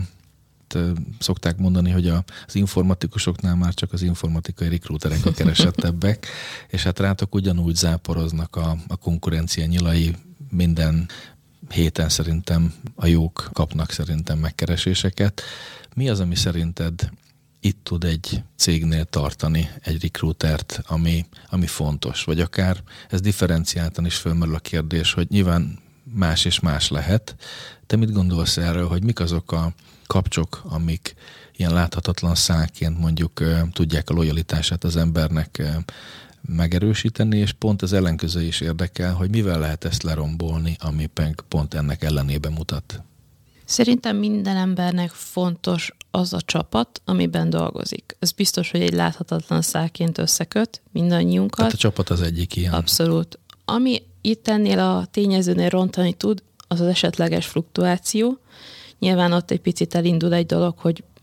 szokták mondani, hogy az informatikusoknál már csak az informatikai rekrúterek a keresettebbek, és hát rátok ugyanúgy záporoznak a, a konkurencia nyilai, minden héten szerintem a jók kapnak szerintem megkereséseket. Mi az, ami szerinted itt tud egy cégnél tartani egy rekrútert, ami, ami fontos? Vagy akár ez differenciáltan is fölmerül a kérdés, hogy nyilván más és más lehet. Te mit gondolsz erről, hogy mik azok a kapcsok, amik ilyen láthatatlan szálként mondjuk tudják a lojalitását az embernek megerősíteni, és pont az ellenkező is érdekel, hogy mivel lehet ezt lerombolni, ami pont ennek ellenében mutat. Szerintem minden embernek fontos az a csapat, amiben dolgozik. Ez biztos, hogy egy láthatatlan szálként összeköt mindannyiunkat. Tehát a csapat az egyik ilyen. Abszolút. Ami itt ennél a tényezőnél rontani tud, az az esetleges fluktuáció. Nyilván ott egy picit elindul egy dolog, hogy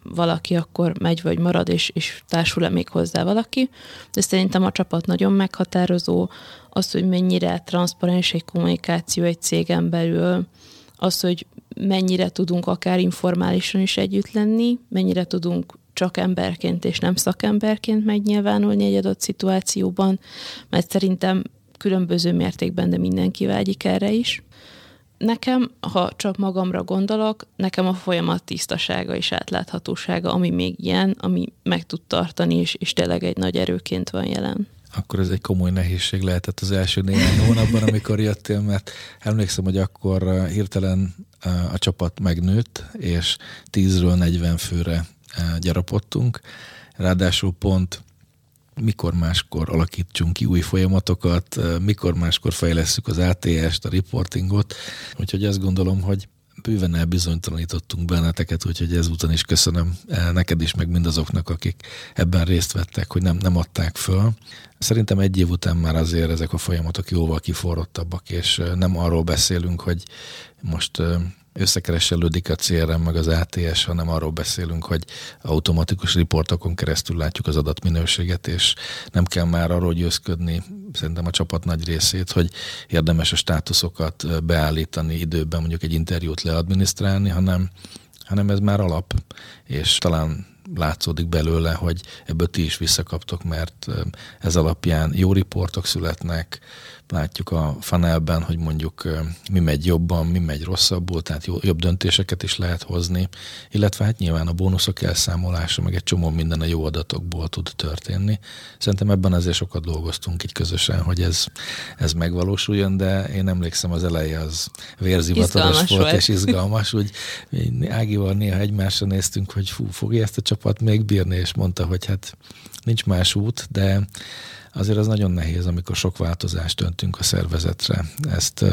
valaki akkor megy vagy marad, és, és társul-e még hozzá valaki. De szerintem a csapat nagyon meghatározó, az, hogy mennyire transzparens egy kommunikáció egy cégen belül, az, hogy mennyire tudunk akár informálisan is együtt lenni, mennyire tudunk csak emberként és nem szakemberként megnyilvánulni egy adott szituációban, mert szerintem különböző mértékben, de mindenki vágyik erre is. Nekem, ha csak magamra gondolok, nekem a folyamat tisztasága és átláthatósága, ami még ilyen, ami meg tud tartani, és, és tényleg egy nagy erőként van jelen. Akkor ez egy komoly nehézség lehetett az első néhány hónapban, amikor jöttél, mert emlékszem, hogy akkor hirtelen a csapat megnőtt, és tízről negyven főre gyarapodtunk. Ráadásul pont mikor máskor alakítsunk ki új folyamatokat, mikor máskor fejlesszük az á té est, a reportingot. Úgyhogy azt gondolom, hogy bőven elbizonytalanítottunk benneteket, úgyhogy ezúton is köszönöm neked is, meg mindazoknak, akik ebben részt vettek, hogy nem, nem adták föl. Szerintem egy év után már azért ezek a folyamatok jóval kiforrottabbak, és nem arról beszélünk, hogy most összekeresselődik a cé er em meg az á té es, hanem arról beszélünk, hogy automatikus riportokon keresztül látjuk az adatminőséget, és nem kell már arról győzködni, szerintem a csapat nagy részét, hogy érdemes a státuszokat beállítani időben, mondjuk egy interjút leadminisztrálni, hanem, hanem ez már alap, és talán látszódik belőle, hogy ebből ti is visszakaptok, mert ez alapján jó riportok születnek, látjuk a funnelben, hogy mondjuk mi megy jobban, mi megy rosszabbul, tehát jó, jobb döntéseket is lehet hozni, illetve hát nyilván a bónuszok elszámolása, meg egy csomó minden a jó adatokból tud történni. Szerintem ebben azért sokat dolgoztunk így közösen, hogy ez, ez megvalósuljon, de én emlékszem, az eleje az vérzivataros volt, volt, és izgalmas, úgy Ágival néha egymásra néztünk, hogy fú, fogja ezt a csapat még bírni, és mondta, hogy hát nincs más út, de azért az nagyon nehéz, amikor sok változást öntünk a szervezetre. Ezt,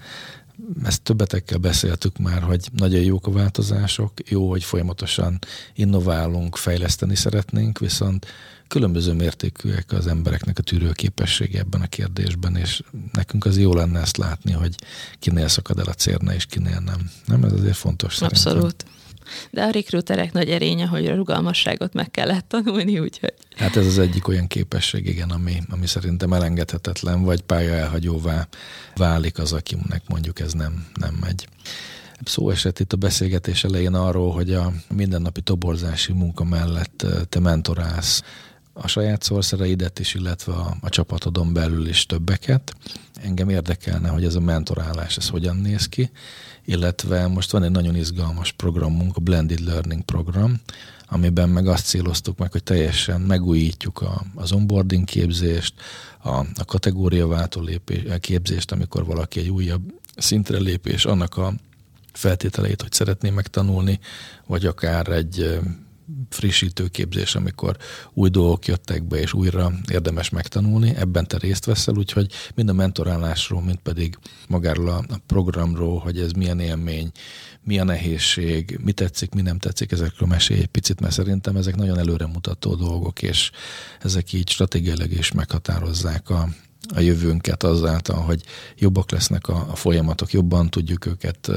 ezt többetekkel beszéltük már, hogy nagyon jók a változások, jó, hogy folyamatosan innoválunk, fejleszteni szeretnénk, viszont különböző mértékűek az embereknek a tűrőképessége ebben a kérdésben, és nekünk az jó lenne ezt látni, hogy kinél szakad el a cérna, és kinél nem. Nem, ez azért fontos szerintem. Abszolút. De a rekruterek nagy erénye, hogy a rugalmasságot meg kellett tanulni, úgyhogy... Hát ez az egyik olyan képesség, igen, ami, ami szerintem elengedhetetlen, vagy pálya elhagyóvá válik az, akinek mondjuk ez nem, nem megy. Szó esett itt a beszélgetés elején arról, hogy a mindennapi toborzási munka mellett te mentorálsz a saját szorszereidet is, illetve a, a csapatodon belül is többeket. Engem érdekelne, hogy ez a mentorálás, ez hogyan néz ki, illetve most van egy nagyon izgalmas programunk, a Blended Learning program, amiben meg azt céloztuk meg, hogy teljesen megújítjuk a, az onboarding képzést, a, a kategóriaváltó lépés, a képzést, amikor valaki egy újabb szintre lép, és annak a feltételeit, hogy szeretné megtanulni, vagy akár egy frissítő képzés, amikor új dolgok jöttek be, és újra érdemes megtanulni. Ebben te részt veszel, úgyhogy mind a mentorálásról, mind pedig magáról a programról, hogy ez milyen élmény, mi a nehézség, mi tetszik, mi nem tetszik, ezekről mesélj egy picit, mert szerintem ezek nagyon előremutató dolgok, és ezek így stratégiailag is meghatározzák a, a jövőnket azáltal, hogy jobbak lesznek a, a folyamatok, jobban tudjuk őket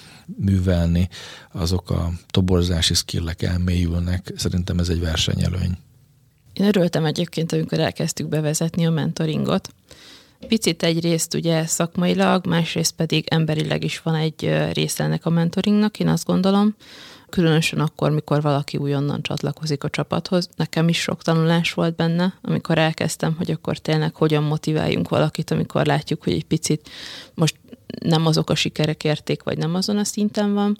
művelni, azok a toborzási skillek elmélyülnek. Szerintem ez egy versenyelőny. Én örültem egyébként, amikor elkezdtük bevezetni a mentoringot. Picit egyrészt ugye szakmailag, másrészt pedig emberileg is van egy része ennek a mentoringnak, én azt gondolom. Különösen akkor, mikor valaki újonnan csatlakozik a csapathoz. Nekem is sok tanulás volt benne, amikor elkezdtem, hogy akkor tényleg hogyan motiváljunk valakit, amikor látjuk, hogy egy picit most nem azok a sikerek érték, vagy nem azon a szinten van,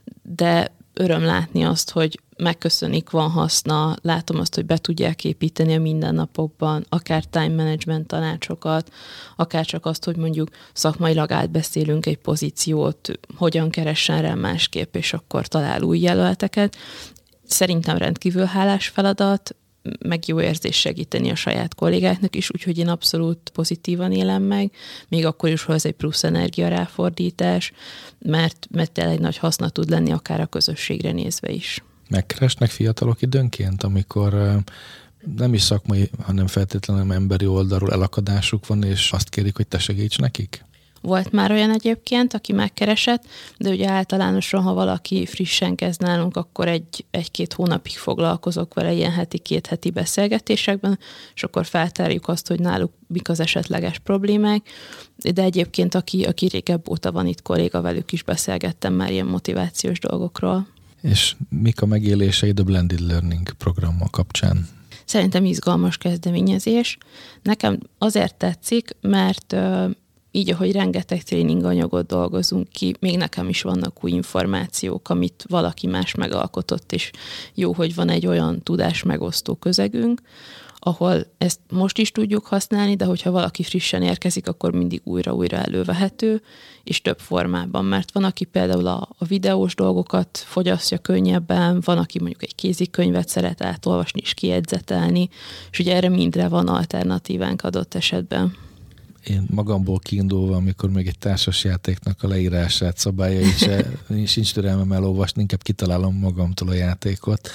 de öröm látni azt, hogy megköszönik, van haszna, látom azt, hogy be tudják építeni a mindennapokban, akár time management tanácsokat, akár csak azt, hogy mondjuk szakmailag átbeszélünk egy pozíciót, hogyan keressen rá másképp, és akkor talál új jelölteket. Szerintem rendkívül hálás feladat, meg jó érzés segíteni a saját kollégáknak is, úgyhogy én abszolút pozitívan élem meg, még akkor is, hogy ez egy plusz energia ráfordítás, mert, mert tényleg nagy haszna tud lenni akár a közösségre nézve is. Megkeresnek fiatalok időnként, amikor nem is szakmai, hanem feltétlenül emberi oldalról elakadásuk van, és azt kérik, hogy te segíts nekik? Volt már olyan egyébként, aki megkeresett, de ugye általánosan, ha valaki frissen kezd nálunk, akkor egy, egy-két hónapig foglalkozok vele ilyen heti, két heti beszélgetésekben, és akkor feltárjuk azt, hogy náluk mik az esetleges problémák, de egyébként aki, aki régebb óta van itt kolléga, velük is beszélgettem már ilyen motivációs dolgokról. És mik a megéléseid a Blended Learning programmal kapcsán? Szerintem izgalmas kezdeményezés. Nekem azért tetszik, mert így, ahogy rengeteg tréninganyagot dolgozunk ki, még nekem is vannak új információk, amit valaki más megalkotott, és jó, hogy van egy olyan tudás megosztó közegünk, ahol ezt most is tudjuk használni, de hogyha valaki frissen érkezik, akkor mindig újra-újra elővehető, és több formában, mert van, aki például a, a videós dolgokat fogyasztja könnyebben, van, aki mondjuk egy kézikönyvet szeret átolvasni és kijegyzetelni, és ugye erre mindre van alternatívánk adott esetben. Én magamból kiindulva, amikor még egy társasjátéknak a leírását, szabályait se, sincs türelmem elolvasni, inkább kitalálom magamtól a játékot.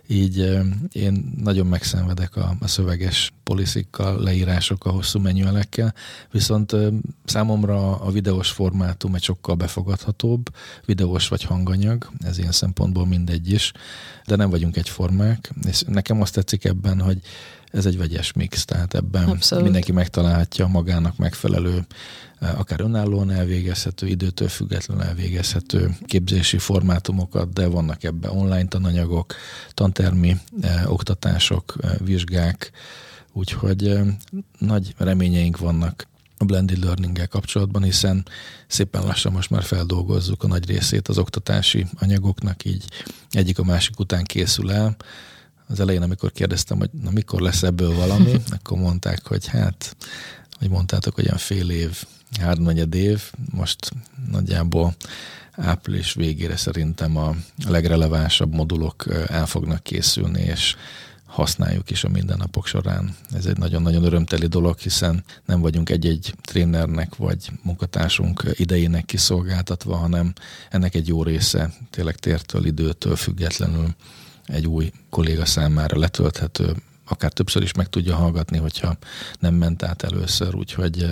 Így én nagyon megszenvedek a, a szöveges poliszikkal, leírásokkal, hosszú menüelekkel, viszont számomra a videós formátum egy sokkal befogadhatóbb, videós vagy hanganyag, ez ilyen szempontból mindegy is, de nem vagyunk egyformák, és nekem azt tetszik ebben, hogy ez egy vegyes mix, tehát ebben Abszolút. Mindenki megtalálhatja magának megfelelő, akár önállóan elvégezhető, időtől függetlenül elvégezhető képzési formátumokat, de vannak ebben online tananyagok, tantermi eh, oktatások, eh, vizsgák, úgyhogy eh, nagy reményeink vannak a Blended Learning-gel kapcsolatban, hiszen szépen lassan most már feldolgozzuk a nagy részét az oktatási anyagoknak, így egyik a másik után készül el. Az elején, amikor kérdeztem, hogy na mikor lesz ebből valami, akkor mondták, hogy hát, hogy mondtátok, hogy olyan fél év, háromnegyed év, most nagyjából április végére szerintem a legrelevánsabb modulok el fognak készülni, és használjuk is a mindennapok során. Ez egy nagyon-nagyon örömteli dolog, hiszen nem vagyunk egy-egy trénernek vagy munkatársunk idejének kiszolgáltatva, hanem ennek egy jó része tényleg tértől, időtől függetlenül egy új kolléga számára letölthető, akár többször is meg tudja hallgatni, hogyha nem ment át először, úgyhogy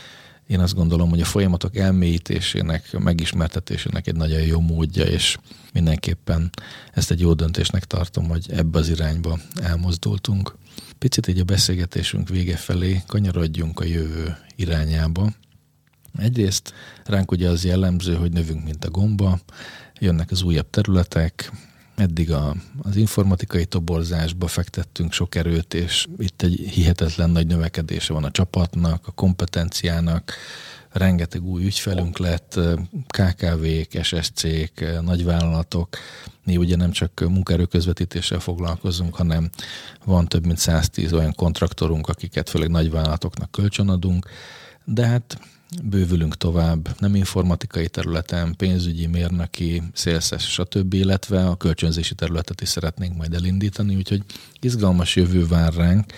én azt gondolom, hogy a folyamatok elmélyítésének, megismertetésének egy nagyon jó módja, és mindenképpen ezt egy jó döntésnek tartom, hogy ebbe az irányba elmozdultunk. Picit így a beszélgetésünk vége felé kanyarodjunk a jövő irányába. Egyrészt ránk ugye az jellemző, hogy növünk, mint a gomba, jönnek az újabb területek, eddig a, az informatikai toborzásba fektettünk sok erőt, és itt egy hihetetlen nagy növekedése van a csapatnak, a kompetenciának, rengeteg új ügyfelünk lett, ká ká vék, es es cék, nagyvállalatok. Mi ugye nem csak munkaerőközvetítéssel foglalkozunk, hanem van több mint száztíz olyan kontraktorunk, akiket főleg nagyvállalatoknak kölcsönadunk, de hát bővülünk tovább, nem informatikai területen, pénzügyi, mérnöki, szélszes, stb., illetve a kölcsönzési területet is szeretnénk majd elindítani, úgyhogy izgalmas jövő vár ránk,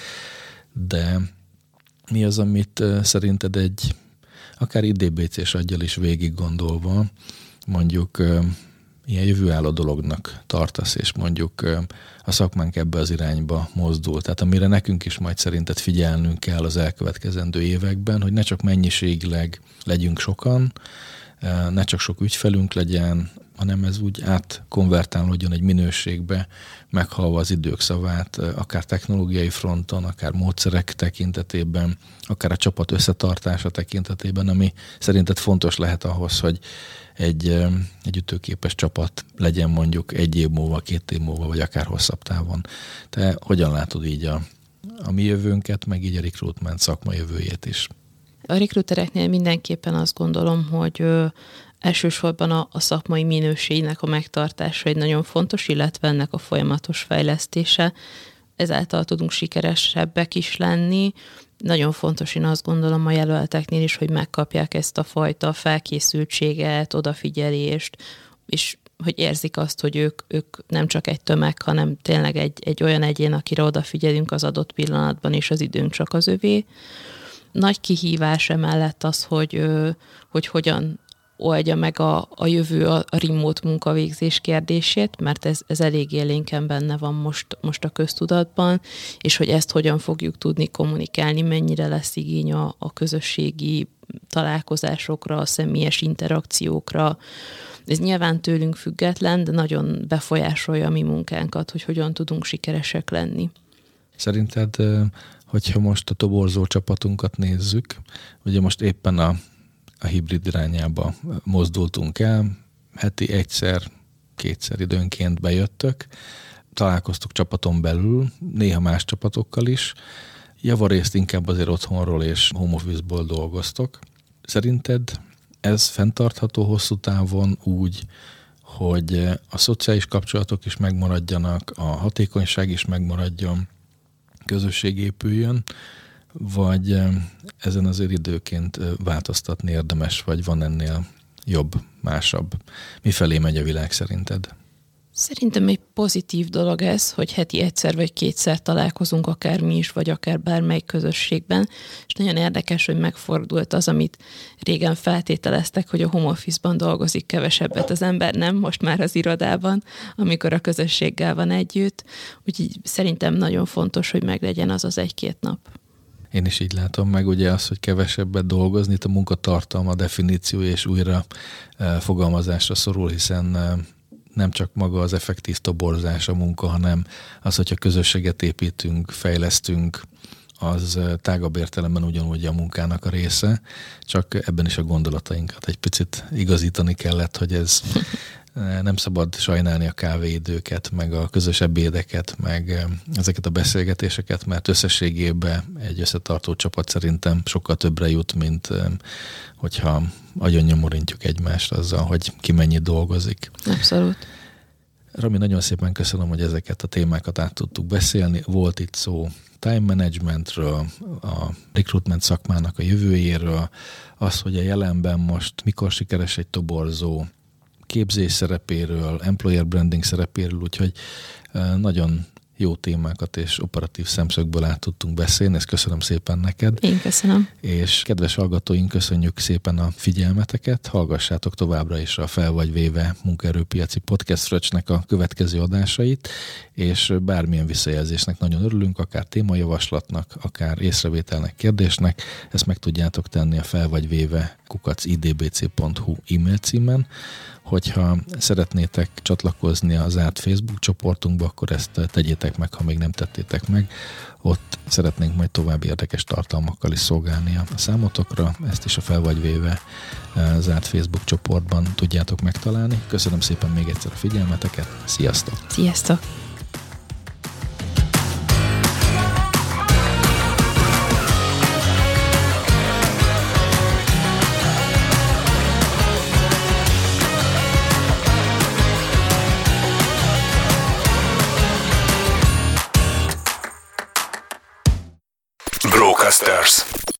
de mi az, amit szerinted egy akár i dé bé cés aggyal is végig gondolva, mondjuk ilyen jövőálló dolognak tartasz, és mondjuk a szakmánk ebbe az irányba mozdul. Tehát amire nekünk is majd szerinted figyelnünk kell az elkövetkezendő években, hogy ne csak mennyiségileg legyünk sokan, ne csak sok ügyfelünk legyen, hanem ez úgy átkonvertálódjon egy minőségbe, meghalva az idők szavát, akár technológiai fronton, akár módszerek tekintetében, akár a csapat összetartása tekintetében, ami szerinted fontos lehet ahhoz, hogy egy, egy ütőképes csapat legyen mondjuk egy év múlva, két év múlva, vagy akár hosszabb távon. Te hogyan látod így a, a mi jövőnket, meg így a recruitment szakma jövőjét is? A recruitereknél mindenképpen azt gondolom, hogy ö, elsősorban a, a szakmai minőségnek a megtartása egy nagyon fontos, illetve ennek a folyamatos fejlesztése. Ezáltal tudunk sikeresebbek is lenni. Nagyon fontos, én azt gondolom a jelölteknél is, hogy megkapják ezt a fajta felkészültséget, odafigyelést, és hogy érzik azt, hogy ők, ők nem csak egy tömeg, hanem tényleg egy, egy olyan egyén, akire odafigyelünk az adott pillanatban, és az időnk csak az övé. Nagy kihívás emellett az, hogy, hogy hogyan oldja meg a, a jövő a, a remote munkavégzés kérdését, mert ez, ez elég élénken benne van most, most a köztudatban, és hogy ezt hogyan fogjuk tudni kommunikálni, mennyire lesz igény a, a közösségi találkozásokra, a személyes interakciókra. Ez nyilván tőlünk független, de nagyon befolyásolja a mi munkánkat, hogy hogyan tudunk sikeresek lenni. Szerinted, hogyha most a toborzó csapatunkat nézzük, ugye most éppen a, a hibrid irányába mozdultunk el, heti egyszer, kétszer időnként bejöttök, találkoztuk csapaton belül, néha más csapatokkal is, javarészt inkább azért otthonról és home office-ból dolgoztok. Szerinted ez fenntartható hosszú távon úgy, hogy a szociális kapcsolatok is megmaradjanak, a hatékonyság is megmaradjon, közösség épüljön, vagy ezen azért időként változtatni érdemes, vagy van ennél jobb, másabb? Mifelé megy a világ szerinted? Szerintem egy pozitív dolog ez, hogy heti egyszer vagy kétszer találkozunk, akár mi is, vagy akár bármelyik közösségben, és nagyon érdekes, hogy megfordult az, amit régen feltételeztek, hogy a home office-ban dolgozik kevesebbet az ember, nem, most már az irodában, amikor a közösséggel van együtt, úgyhogy szerintem nagyon fontos, hogy meglegyen az az egy-két nap. Én is így látom meg, ugye az, hogy kevesebbet dolgozni, itt a munkatartalma, definíció és újra fogalmazásra szorul, hiszen nem csak maga az effektív toborzás a munka, hanem az, hogyha közösséget építünk, fejlesztünk, az tágabb értelemben ugyanúgy a munkának a része, csak ebben is a gondolatainkat egy picit igazítani kellett, hogy ez nem szabad sajnálni a kávéidőket, meg a közös ebédeket, meg ezeket a beszélgetéseket, mert összességében egy összetartó csapat szerintem sokkal többre jut, mint hogyha agyonnyomorintjuk egymást azzal, hogy ki mennyit dolgozik. Abszolút. Rami, nagyon szépen köszönöm, hogy ezeket a témákat át tudtuk beszélni. Volt itt szó time managementről, a recruitment szakmának a jövőjéről, az, hogy a jelenben most mikor sikeres egy toborzó, képzés szerepéről, employer branding szerepéről, úgyhogy nagyon jó témákat és operatív szemszögből át tudtunk beszélni, ezt köszönöm szépen neked. Én köszönöm. És kedves hallgatóink, köszönjük szépen a figyelmeteket, hallgassátok továbbra is a Fel vagy véve munkaerőpiaci podcast fröccsnek a következő adásait, és bármilyen visszajelzésnek nagyon örülünk, akár témajavaslatnak, akár észrevételnek, kérdésnek, ezt meg tudjátok tenni a fel vagy véve kukac i d b c pont h u e-mail címen. Hogyha szeretnétek csatlakozni az zárt Facebook csoportunkba, akkor ezt tegyétek meg, ha még nem tettétek meg. Ott szeretnénk majd további érdekes tartalmakkal is szolgálni a számotokra. Ezt is a Fel vagy véve zárt Facebook csoportban tudjátok megtalálni. Köszönöm szépen még egyszer a figyelmeteket. Sziasztok! Sziasztok! Brocasters.